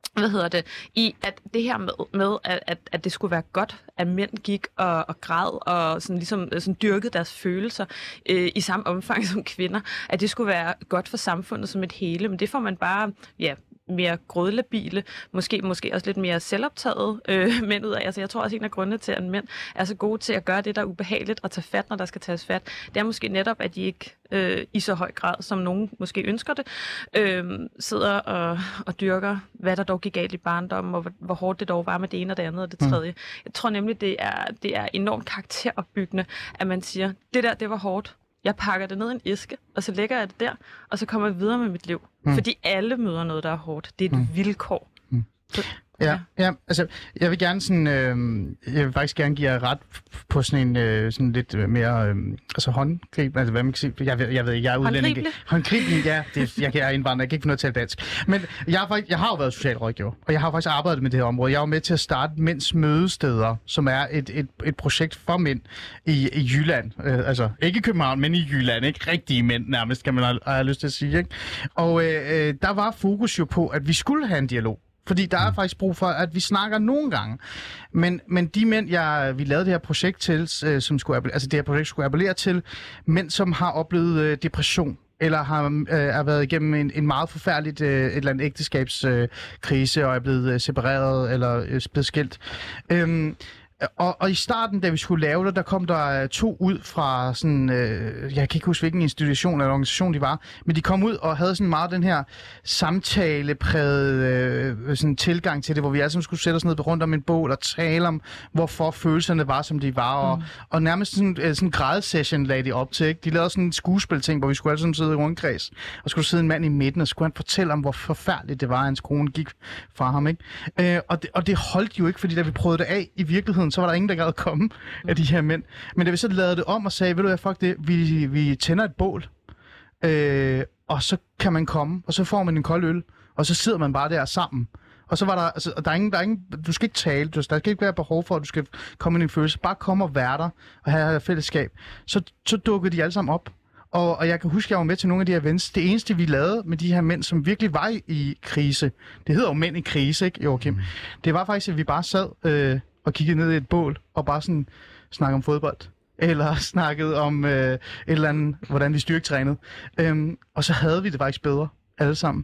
i at det her med at det skulle være godt, at mænd gik og græd og sådan ligesom sådan dyrkede deres følelser i samme omfang som kvinder, at det skulle være godt for samfundet som et hele, men det får man bare, mere grødlabile, måske også lidt mere selvoptaget mænd ud af. Altså, jeg tror også, en af grundene til, at mænd er så gode til at gøre det, der er ubehageligt, og tage fat, når der skal tages fat, det er måske netop, at de ikke i så høj grad, som nogen måske ønsker det, sidder og dyrker, hvad der dog gik galt i barndommen, og hvor hårdt det dog var med det ene og det andet og det tredje. Jeg tror nemlig, det er enormt karakteropbyggende, at man siger, det var hårdt. Jeg pakker det ned i en æske, og så lægger jeg det der, og så kommer jeg videre med mit liv. Fordi alle møder noget, der er hårdt. Det er et vilkår. Så,
ja, altså, jeg vil gerne sådan, jeg vil faktisk gerne give jer ret på sådan en sådan lidt mere, altså håndgrib, altså hvad man kan sige, jeg ved ikke, jeg er udlænding. Håndgribelig, ja, jeg er indvandrer, jeg kan ikke finde noget til at tale dansk. Men jeg har jo været socialrådgiver, og jeg har faktisk arbejdet med det her område. Jeg var med til at starte Mænds Mødesteder, som er et projekt for mænd i Jylland. Altså, ikke i København, men i Jylland, ikke rigtige mænd nærmest, kan man have lyst til at sige, ikke? Og der var fokus jo på, at vi skulle have en dialog. Fordi der er faktisk brug for, at vi snakker nogle gange. Men de mænd, vi lavede det her projekt til, som det her projekt skulle appellere til, mænd, som har oplevet depression, eller har været igennem en meget forfærdeligt et eller andet ægteskabskrise, og er blevet separeret, eller blevet skilt. Og i starten, da vi skulle lave det, der kom der 2 ud fra sådan, jeg kan ikke huske, hvilken institution eller organisation de var, men de kom ud og havde sådan meget den her samtalepræget sådan tilgang til det, hvor vi alle sammen skulle sætte os ned rundt om en bål og tale om, hvorfor følelserne var, som de var, og nærmest sådan en grædsession lagde de op til, ikke? De lavede sådan en skuespilting, hvor vi skulle alle sammen sidde i rundkreds, og skulle sidde en mand i midten, og skulle han fortælle om, hvor forfærdeligt det var, at hans kone gik fra ham, ikke? Og det holdt jo ikke, fordi da vi prøvede det af i virkeligheden, så var der ingen, der gad komme af de her mænd. Men da vi så lavede det om og sagde, ved du hvad, fuck det, vi tænder et bål, og så kan man komme, og så får man en kold øl, og så sidder man bare der sammen. Og så var der, altså, der er ingen, du skal ikke tale, der skal ikke være behov for, at du skal komme ind i en følelse. Bare komme og være der, og have fællesskab. Så dukkede de alle sammen op. Og jeg kan huske, at jeg var med til nogle af de her events. Det eneste, vi lavede med de her mænd, som virkelig var i krise, det hedder jo mænd i krise, ikke, Joachim? Det var faktisk, at vi bare sad og kiggede ned i et bål, og bare sådan snakkede om fodbold. Eller snakkede om et eller andet, hvordan vi styrketrænede. Og så havde vi det faktisk bedre, alle sammen.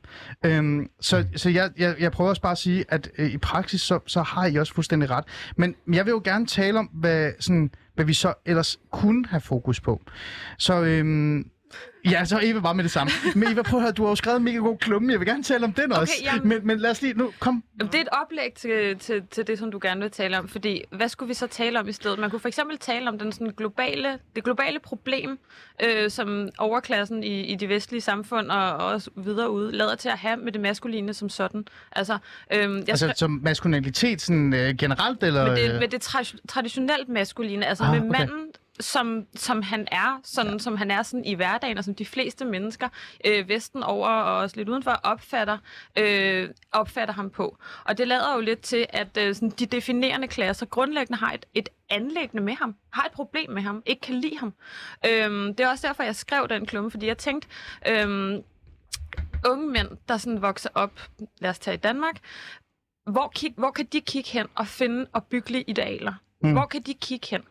Så jeg prøver også bare at sige, at i praksis, så har I også fuldstændig ret. Men jeg vil jo gerne tale om, hvad vi så ellers kunne have fokus på. Så så Eva var med det samme. Men Eva, prøv at høre, du har jo skrevet en mega god klumme. Jeg vil gerne tale om den også. Men lad os lige nu, kom.
Det er et oplæg til det, som du gerne vil tale om. Fordi, hvad skulle vi så tale om i stedet? Man kunne for eksempel tale om det globale problem, som overklassen i de vestlige samfund og også videre ude lader til at have med det maskuline som sådan. Altså som
maskulinitet sådan, generelt? Eller?
Med det traditionelt maskuline. Altså med manden som han er, sådan, som han er sådan i hverdagen, og som de fleste mennesker Vesten over og også lidt udenfor opfatter ham på. Og det lader jo lidt til, at sådan, de definerende klasser grundlæggende har et anliggende med ham, har et problem med ham, ikke kan lide ham. Det er også derfor, jeg skrev den klumme, fordi jeg tænkte, unge mænd, der sådan vokser op, lad os tage i Danmark, hvor kan de kigge hen og finde opbyggelige idealer? Hvor kan de kigge hen?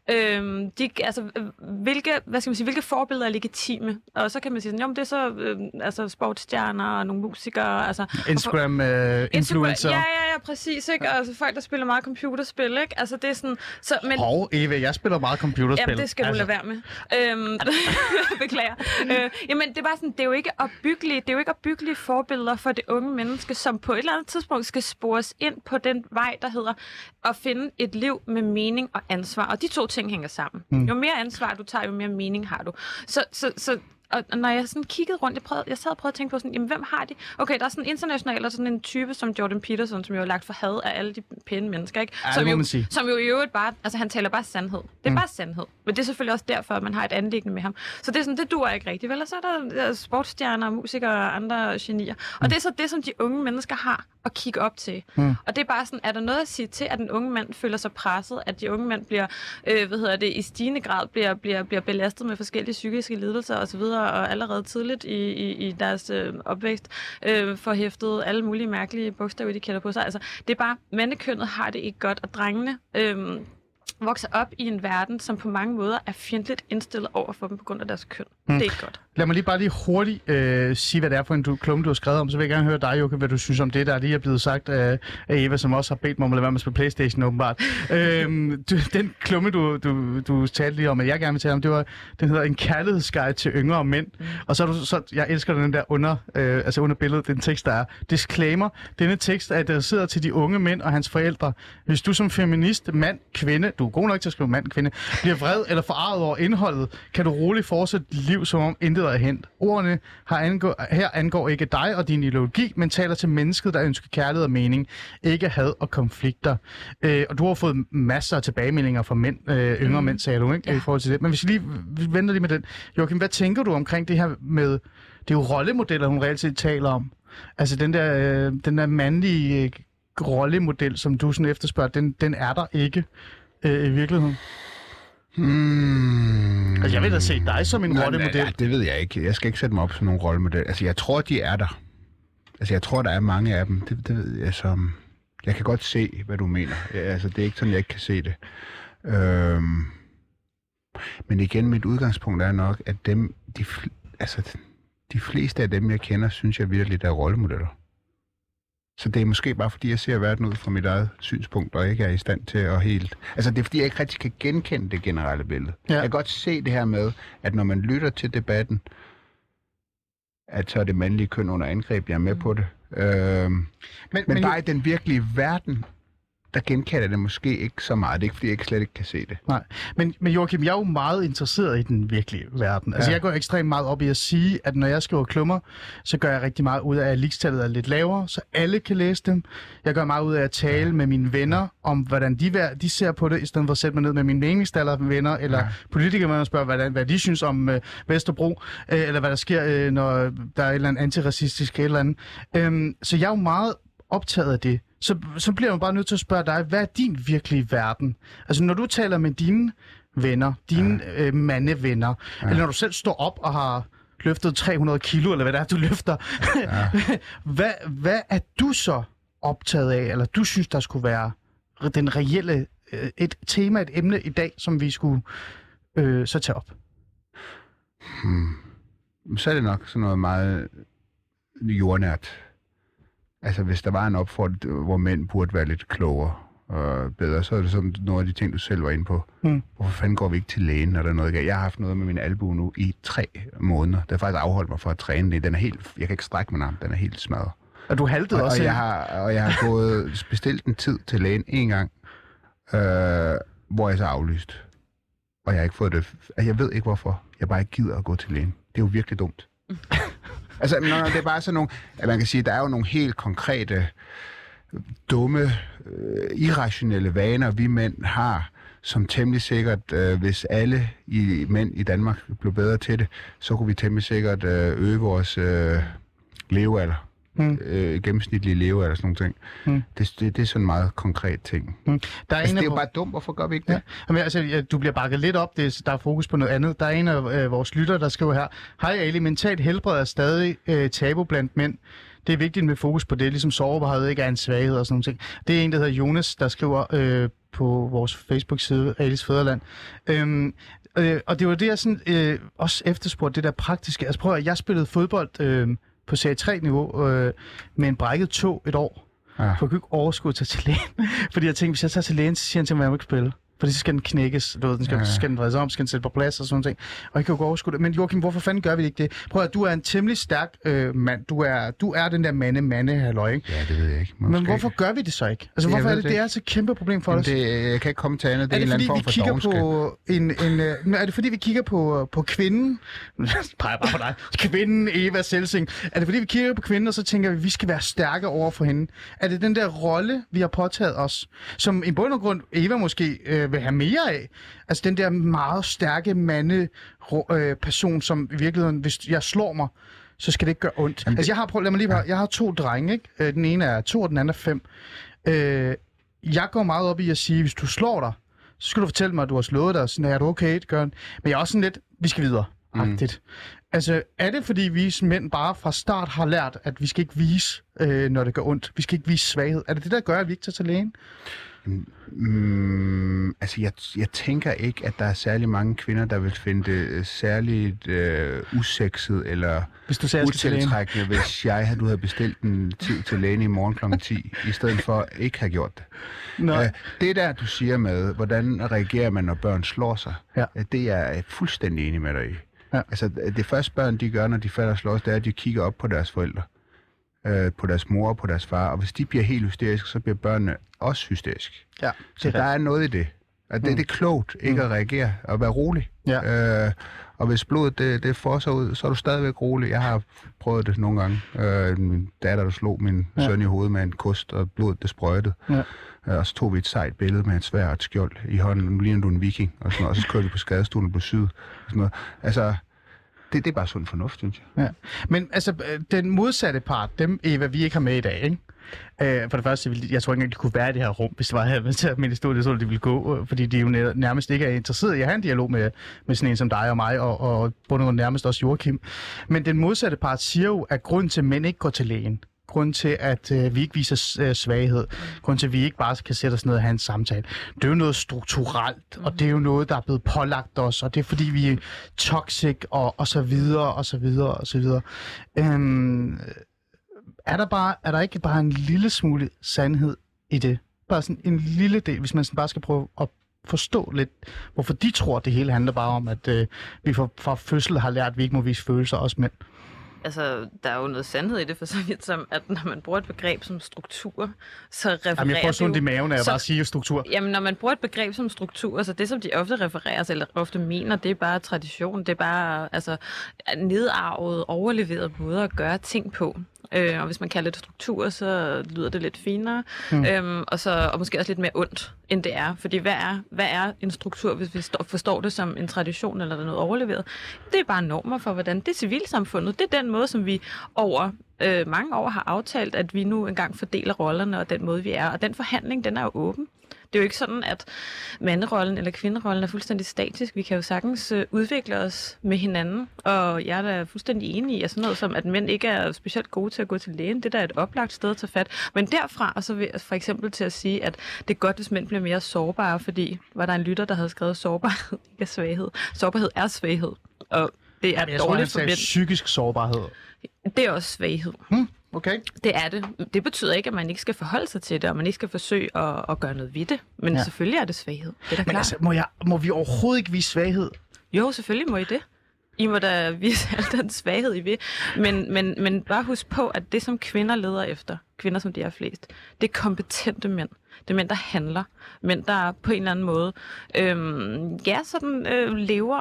Hvilke forbilleder er legitime? Og så kan man sige sådan, det er så sportsstjerner og nogle musikere. Altså,
Instagram-influencer.
Ja, præcis. Ikke? Altså folk, der spiller meget computerspil. Ikke? Altså, det er sådan,
Eva, jeg spiller meget computerspil.
Jamen, det skal du lade være med. Beklager. Jamen, det er bare sådan, det er jo ikke opbyggelige forbilleder for det unge menneske, som på et eller andet tidspunkt skal spores ind på den vej, der hedder at finde et liv med mening og ansvar. Og de to ting hænger sammen. Jo mere ansvar du tager, jo mere mening har du. Så og når jeg sådan kiggede rundt, jeg sad og prøvede at tænke på sådan, jamen, hvem har de? Okay, der er sådan internationalt, og sådan en type som Jordan Peterson, som jo er lagt for had af alle de pæne mennesker, ikke? Som jo i øvrigt bare, altså han taler bare sandhed. Det er bare sandhed. Men det er selvfølgelig også derfor, at man har et anliggende med ham. Så det er sådan, det duer ikke rigtigt, vel? Og så er der sportsstjerner, musikere og andre genier. Og det er så det, som de unge mennesker har at kigge op til. Og det er bare sådan, er der noget at sige til, at den unge mand føler sig presset, at de unge mænd bliver, i stigende grad bliver belastet med forskellige psykiske lidelser osv., og allerede tidligt i deres opvækst får hæftet alle mulige mærkelige bogstavetiketter på sig. Altså, det er bare, mandekønnet har det ikke godt, og drengene vokser op i en verden, som på mange måder er fjendtligt indstillet over for dem på grund af deres køn. Det er ikke godt.
Lad mig lige hurtigt sige, hvad det er for en klumme, du har skrevet om. Så vil jeg gerne høre dig, Joachim, hvad du synes om det, der lige er blevet sagt af Eva, som også har bedt mig om at lade være med at spille PlayStation, åbenbart. Den klumme, du talte lige om, at jeg gerne vil tale om, den hedder En kærlighedsguide til yngre mænd. Og så jeg elsker den der under billedet, den tekst, der er. Disclaimer. Denne tekst er adresseret til de unge mænd og hans forældre. Hvis du som feminist, mand, kvinde, du er god nok til at skrive mand, kvinde, bliver vred eller forarget over indholdet, kan du roligt fortsætte dit liv, som om intet er hent. Ordene her angår ikke dig og din ideologi, men taler til mennesket, der ønsker kærlighed og mening, ikke had og konflikter. Og du har fået masser af tilbagemeldinger fra mænd, yngre mænd, sagde du, ikke? Ja. I forhold til det. Men hvis vi venter lige med den. Joachim, hvad tænker du omkring det her med, det er jo rollemodeller, hun reelt set taler om. Altså den der mandlige rollemodel, som du sådan efterspørger, den er der ikke i virkeligheden. Altså, jeg vil da se dig som en rollemodel.
Nej, det ved jeg ikke. Jeg skal ikke sætte mig op som nogle rollemodel. Altså, jeg tror, de er der. Altså, jeg tror, der er mange af dem. Det ved jeg som... Jeg kan godt se, hvad du mener. Altså, det er ikke sådan, jeg ikke kan se det. Men igen, mit udgangspunkt er nok, at de fleste af dem, jeg kender, synes jeg virkelig, der er rollemodeller. Så det er måske bare, fordi jeg ser verden ud fra mit eget synspunkt, og ikke er i stand til at helt... Altså, det er, fordi jeg ikke rigtig kan genkende det generelle billede. Ja. Jeg kan godt se det her med, at når man lytter til debatten, at så er det mandlige køn under angreb, jeg er med på det. Men bare i den virkelige verden, der genkender det måske ikke så meget. Det er ikke, fordi jeg slet ikke kan se det.
Nej, men Joachim, jeg er jo meget interesseret i den virkelige verden. Altså, jeg går ekstremt meget op i at sige, at når jeg skriver klummer, så gør jeg rigtig meget ud af, at ligestallet er lidt lavere, så alle kan læse dem. Jeg gør meget ud af at tale med mine venner om, hvordan de ser på det, i stedet for at sætte mig ned med mine meningsdallervenner, eller politikere og spørge, hvad de synes om Vesterbro, eller hvad der sker, når der er et eller andet antiracistisk eller andet. Så jeg er jo meget optaget af det. Så bliver man bare nødt til at spørge dig, hvad er din virkelige verden? Altså, når du taler med dine venner, dine mandevenner, eller når du selv står op og har løftet 300 kilo, eller hvad det er, du løfter, hvad er du så optaget af, eller du synes, der skulle være den reelle, et tema, et emne i dag, som vi skulle så tage op?
Så er det nok sådan noget meget jordnært. Altså, hvis der var en opfordring, hvor mænd burde være lidt klogere og bedre, så er det sådan nogle af de ting, du selv var inde på. Hvorfor fanden går vi ikke til lægen, når der er noget? Jeg har haft noget med min albue nu i 3 måneder. Det har faktisk afholdt mig for at træne det. Den er helt... Jeg kan ikke strække mig ned. Den er helt smadret.
Og du haltede også?
Og jeg har gået bestilt en tid til lægen en gang, hvor jeg så aflyst. Og jeg har ikke fået det... Jeg ved ikke, hvorfor. Jeg bare ikke gider at gå til lægen. Det er jo virkelig dumt. Altså, det er bare sådan nogle... At man kan sige, der er jo nogle helt konkrete, dumme, irrationelle vaner, vi mænd har, som temmelig sikkert, hvis alle mænd i Danmark blev bedre til det, så kunne vi temmelig sikkert øge vores levealder. Gennemsnitlige levealder og sådan nogle ting. Det er sådan en meget konkret ting.
Der er
det er jo bare dumt, hvorfor gør vi ikke det?
Jamen, altså, du bliver bakket lidt op, der er fokus på noget andet. Der er en af vores lyttere, der skriver her: Hej Ali, mentalt helbred er stadig tabu blandt mænd. Det er vigtigt med fokus på det, ligesom sårbarhed ikke er en svaghed og sådan noget. Det er en, der hedder Jonas, der skriver på vores Facebook-side, Alis Fædreland. Og det var det, jeg sådan, også efterspurgte, det der praktiske. Altså prøv at jeg spillede fodbold på Serie 3-niveau med en brækket tog et år. Ja. For jeg kunne ikke overskue at tage til lægen. Fordi jeg tænkte, hvis jeg tager til lægen, så siger han til mig, at jeg må ikke spille. Fordi så skal den knækkes, så skal den vredes om, skal den sætte på plads og sådan noget. Og jeg kan jo gå overskue det. Men Joachim, hvorfor fanden gør vi ikke det? Prøv at du er en temmelig stærk mand. Du er den der mande-halløj, ikke?
Ja, det ved jeg ikke.
Men hvorfor gør vi det så ikke? Altså, hvorfor er det er så et kæmpe problem for os?
Jeg kan ikke komme til andet. Det er en eller anden form for
er det fordi, vi kigger på kvinden? Peger bare på dig. Kvinden Eva Selsing. Er det fordi, vi kigger på kvinden, og så tænker vi skal være stærke over for hende? Er det den der rolle, vi har påtaget os, som i bund og grund Eva måske vil have mere af? Altså den der meget stærke person, som i virkeligheden, hvis jeg slår mig, så skal det ikke gøre ondt. Altså jeg har 2 drenge, ikke? Den ene er 2, og den anden er 5. Jeg går meget op i at sige, hvis du slår dig, så skal du fortælle mig, at du har slået dig. Sådan, er du okay? Det gør den. Men jeg er også sådan lidt, vi skal videre. Altså, er det fordi vi mænd bare fra start har lært, at vi skal ikke vise, når det gør ondt? Vi skal ikke vise svaghed. Er det det, der gør, at vi ikke tager til lægen?
Altså, jeg tænker ikke, at der er særlig mange kvinder, der vil finde det særligt usekset eller utiltrækkende, hvis du havde bestilt en tid til lægen i morgen kl. 10, i stedet for ikke have gjort det. Det der, du siger med, hvordan reagerer man, når børn slår sig, det er jeg fuldstændig enig med dig i. Ja. Altså, det første børn, de gør, når de falder og slås, det er, at de kigger op på deres forældre. På deres mor og på deres far. Og hvis de bliver helt hysteriske, så bliver børnene også hysteriske. Ja, så der er noget i det. At det er klogt ikke at reagere og være rolig. Ja. Og hvis blodet det får sig ud, så er du stadigvæk rolig. Jeg har prøvet det nogle gange. Min datter, der slog min søn i hovedet med en kost, og blodet det sprøjtede. Ja. Og så tog vi et sejt billede med et sværd og et skjold i hånden. Nu ligner du en viking. Og, sådan noget. Og så kørte vi på skadestuen på syd. Og sådan noget. Altså, det er bare sund fornuft, synes jeg. Ja.
Men altså, den modsatte part, dem Eva, vi ikke har med i dag, ikke? For det første, jeg tror ikke engang, de kunne være i det her rum, hvis det var her med i studiet, så de ville gå, fordi de jo nærmest ikke er interesseret i at have en dialog med sådan en som dig og mig, og nærmest også Joachim. Men den modsatte part siger jo, at grunden til, at mænd ikke går til lægen, grund til, at vi ikke viser svaghed, grund til, at vi ikke bare kan sætte os ned og have en samtale, det er jo noget strukturelt, og det er jo noget, der er blevet pålagt os, og det er fordi, vi er toxic, og så videre, og så videre, og så videre. Er der ikke bare en lille smule sandhed i det? Bare sådan en lille del, hvis man sådan bare skal prøve at forstå lidt, hvorfor de tror, at det hele handler bare om, at vi fra fødsel har lært, at vi ikke må vise følelser, os mænd.
Altså, der er jo noget sandhed i det, for så vidt som, at når man bruger et begreb som struktur, så refererer
jeg får sådan i maven, at jeg bare siger struktur.
Jamen, når man bruger et begreb som struktur, så det, som de ofte refererer til, eller ofte mener, det er bare tradition, det er bare nedarvet, overleveret måde at gøre ting på. Og hvis man kalder det struktur, så lyder det lidt finere, og måske også lidt mere ondt, end det er. Fordi hvad er en struktur, hvis vi forstår det som en tradition eller noget overleveret? Det er bare normer for, hvordan det er civilsamfundet. Det er den måde, som vi over mange år har aftalt, at vi nu engang fordeler rollerne og den måde, vi er. Og den forhandling, den er jo åben. Det er jo ikke sådan, at manderollen eller kvinderollen er fuldstændig statisk. Vi kan jo sagtens udvikle os med hinanden, og jeg er da fuldstændig enig i, at sådan noget som, at mænd ikke er specielt gode til at gå til lægen, det er da et oplagt sted at tage fat. Men derfra, og så for eksempel til at sige, at det er godt, hvis mænd bliver mere sårbare, fordi var der en lytter, der havde skrevet, sårbarhed ikke er svaghed. Sårbarhed er svaghed, og det er dårligt for mænd.
Psykisk sårbarhed.
Det er også svaghed.
Okay.
Det er det. Det betyder ikke, at man ikke skal forholde sig til det, og man ikke skal forsøge at gøre noget ved det. Men selvfølgelig er det svaghed. Det er da klart.
Altså, må vi overhovedet ikke vise svaghed?
Jo, selvfølgelig må I det. I må da vise al den svaghed, I vil. Men bare husk på, at det, som kvinder leder efter, kvinder som de er flest, det er kompetente mænd. Det er mænd, der handler. Mænd, der på en eller anden måde lever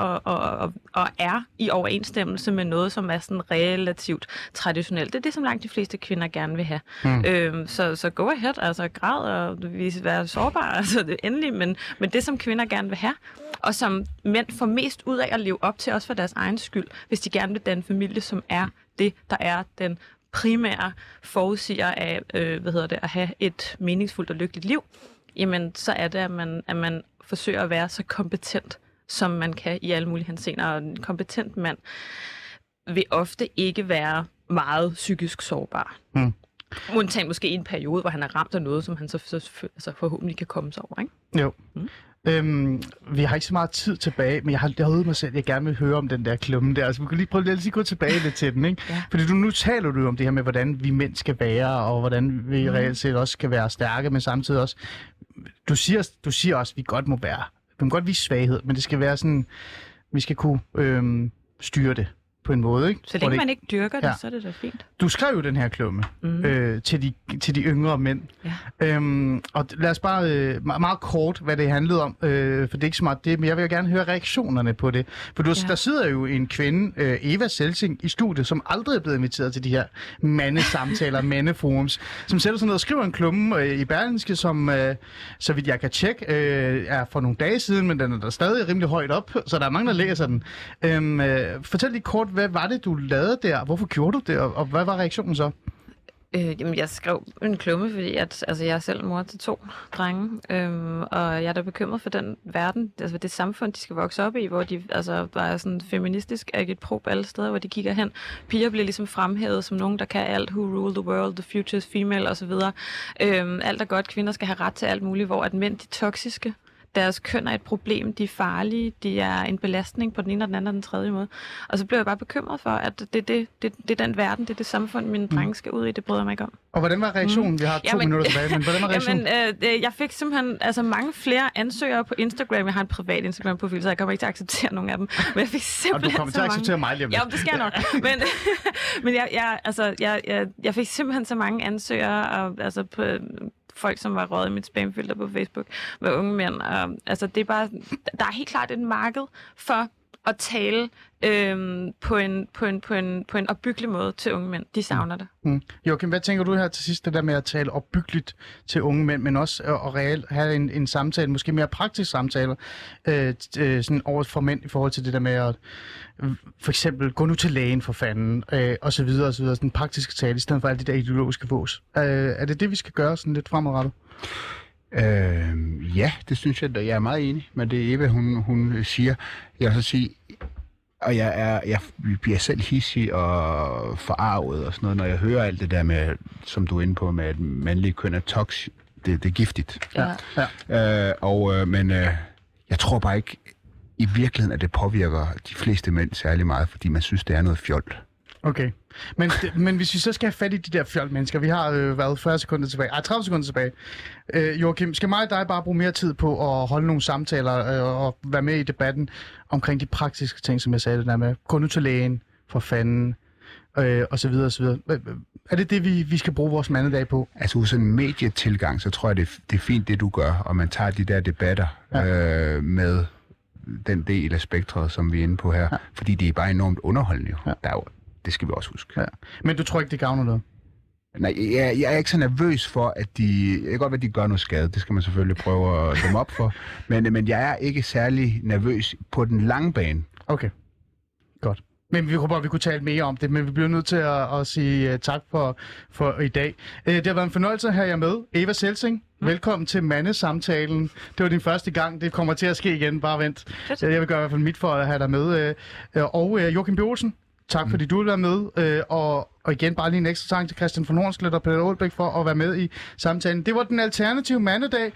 og er i overensstemmelse med noget, som er sådan relativt traditionelt. Det er det, som langt de fleste kvinder gerne vil have. Så go ahead, altså græd og være sårbare, altså det er endelig, men det, som kvinder gerne vil have, og som mænd får mest ud af at leve op til, også for deres egen skyld, hvis de gerne vil danne familie, som er det, der er den primære forudsiger af, at have et meningsfuldt og lykkeligt liv, jamen så er det, at man forsøger at være så kompetent, som man kan i alle mulige henseender. Og en kompetent mand vil ofte ikke være meget psykisk sårbar. Undtagen måske i en periode, hvor han er ramt af noget, som han så forhåbentlig kan komme sig over, ikke?
Jo. Vi har ikke så meget tid tilbage, men jeg har derude mig selv, jeg gerne vil høre om den der klumme der. Altså, vi kan lige prøve at gå tilbage lidt til den, ikke? Ja. Fordi nu taler du om det her med, hvordan vi mænd skal være, og hvordan vi reelt set også skal være stærke, men samtidig også... Du siger også, at vi godt må være... Vi må godt vise svaghed, men det skal være sådan... Vi skal kunne styre det på en måde, ikke?
Så længe man ikke dyrker det, så er det da fint.
Du skrev jo den her klumme til de yngre mænd. Ja. Og lad os bare meget kort, hvad det handlede om, for det er ikke så meget det, men jeg vil gerne høre reaktionerne på det. For der sidder jo en kvinde, Eva Selsing, i studiet, som aldrig er blevet inviteret til de her mandesamtaler, mandeforums, som sætter sig ned og skriver en klumme i Berlingske, som, så vidt jeg kan tjekke, er for nogle dage siden, men den er der stadig rimelig højt op, så der er mange, der læser den. Fortæl lige kort, hvad var det, du lavede der? Hvorfor gjorde du det, og hvad var reaktionen så?
Jamen, jeg skrev en klumme, fordi jeg er selv mor til 2 drenge, og jeg er da bekymret for den verden, altså det samfund, de skal vokse op i, hvor de bare er sådan feministisk agitprop alle steder, hvor de kigger hen. Piger bliver ligesom fremhævet som nogen, der kan alt, who rule the world, the future is female osv. Alt er godt, kvinder skal have ret til alt muligt, hvor at mænd, de toksiske. Deres køn er et problem, de er farlige, de er en belastning på den ene og den anden og den tredje måde. Og så blev jeg bare bekymret for, at det er den verden, det er det samfund, mine drenge skal ud i, det bryder jeg mig ikke om.
Og hvordan var reaktionen? Vi har 2 minutter tilbage, men hvordan var reaktionen?
Jeg fik simpelthen mange flere ansøgere på Instagram. Jeg har en privat Instagram-profil, så jeg kommer ikke til at acceptere nogen af dem. Men jeg fik simpelthen
og du kommer til at acceptere mig lige om lidt.
Ja, det skal jeg nok. Men jeg fik simpelthen så mange ansøgere, og på folk, som var røget i mit spamfilter på Facebook med unge mænd. Det er bare, der er helt klart et marked for at tale på en opbyggelig måde til unge mænd. De savner det.
Joachim, hvad tænker du her til sidst, det der med at tale opbyggeligt til unge mænd, men også at reelt have en samtale, måske mere praktisk samtale, sådan over for mænd i forhold til det der med at for eksempel gå nu til lægen for fanden, og så videre, sådan praktisk tale, i stedet for alt det der ideologiske vås. Er det det, vi skal gøre sådan lidt fremadrettet?
Ja, det synes jeg, jeg er meget enig med det, Eva, hun siger. Jeg vil så sige, og jeg bliver selv hissig og forarvet og sådan noget, når jeg hører alt det der med, som du er inde på, med at mandlige køn er toxisk. Det er giftigt. Ja. Men jeg tror bare ikke, i virkeligheden, at det påvirker de fleste mænd særlig meget, fordi man synes, det er noget fjold.
Okay. Men hvis vi så skal have fat i de der fjoldmennesker, vi har været 40 sekunder tilbage, 30 sekunder tilbage. Joachim, skal mig og dig bare bruge mere tid på at holde nogle samtaler og være med i debatten omkring de praktiske ting, som jeg sagde det der med, gå nu til lægen, for fanden, og så videre, og så videre. Er det vi skal bruge vores mandedag på?
Altså hos en medietilgang, så tror jeg, det er fint, det du gør, og man tager de der debatter med den del af spektret, som vi er inde på her, fordi det er bare enormt underholdende. Ja. Det skal vi også huske. Ja.
Men du tror ikke, det gavner noget?
Nej, jeg er ikke så nervøs for, at jeg kan godt være, at de gør noget skade. Det skal man selvfølgelig prøve at dømme op for. Men jeg er ikke særlig nervøs på den lange bane.
Okay, godt. Men vi håber, vi kunne tale mere om det, men vi bliver nødt til at sige tak for i dag. Det har været en fornøjelse at have jer med. Eva Selsing, velkommen til Mandesamtalen. Det var din første gang. Det kommer til at ske igen. Bare vent. Jeg vil gøre i hvert fald mit for at have dig med. Og Joachim B. Olsen, tak fordi du vil være med. Og igen bare lige en ekstra tak til Christian von Hornslet og Peter Aalbæk for at være med i samtalen. Det var den alternative mandedag.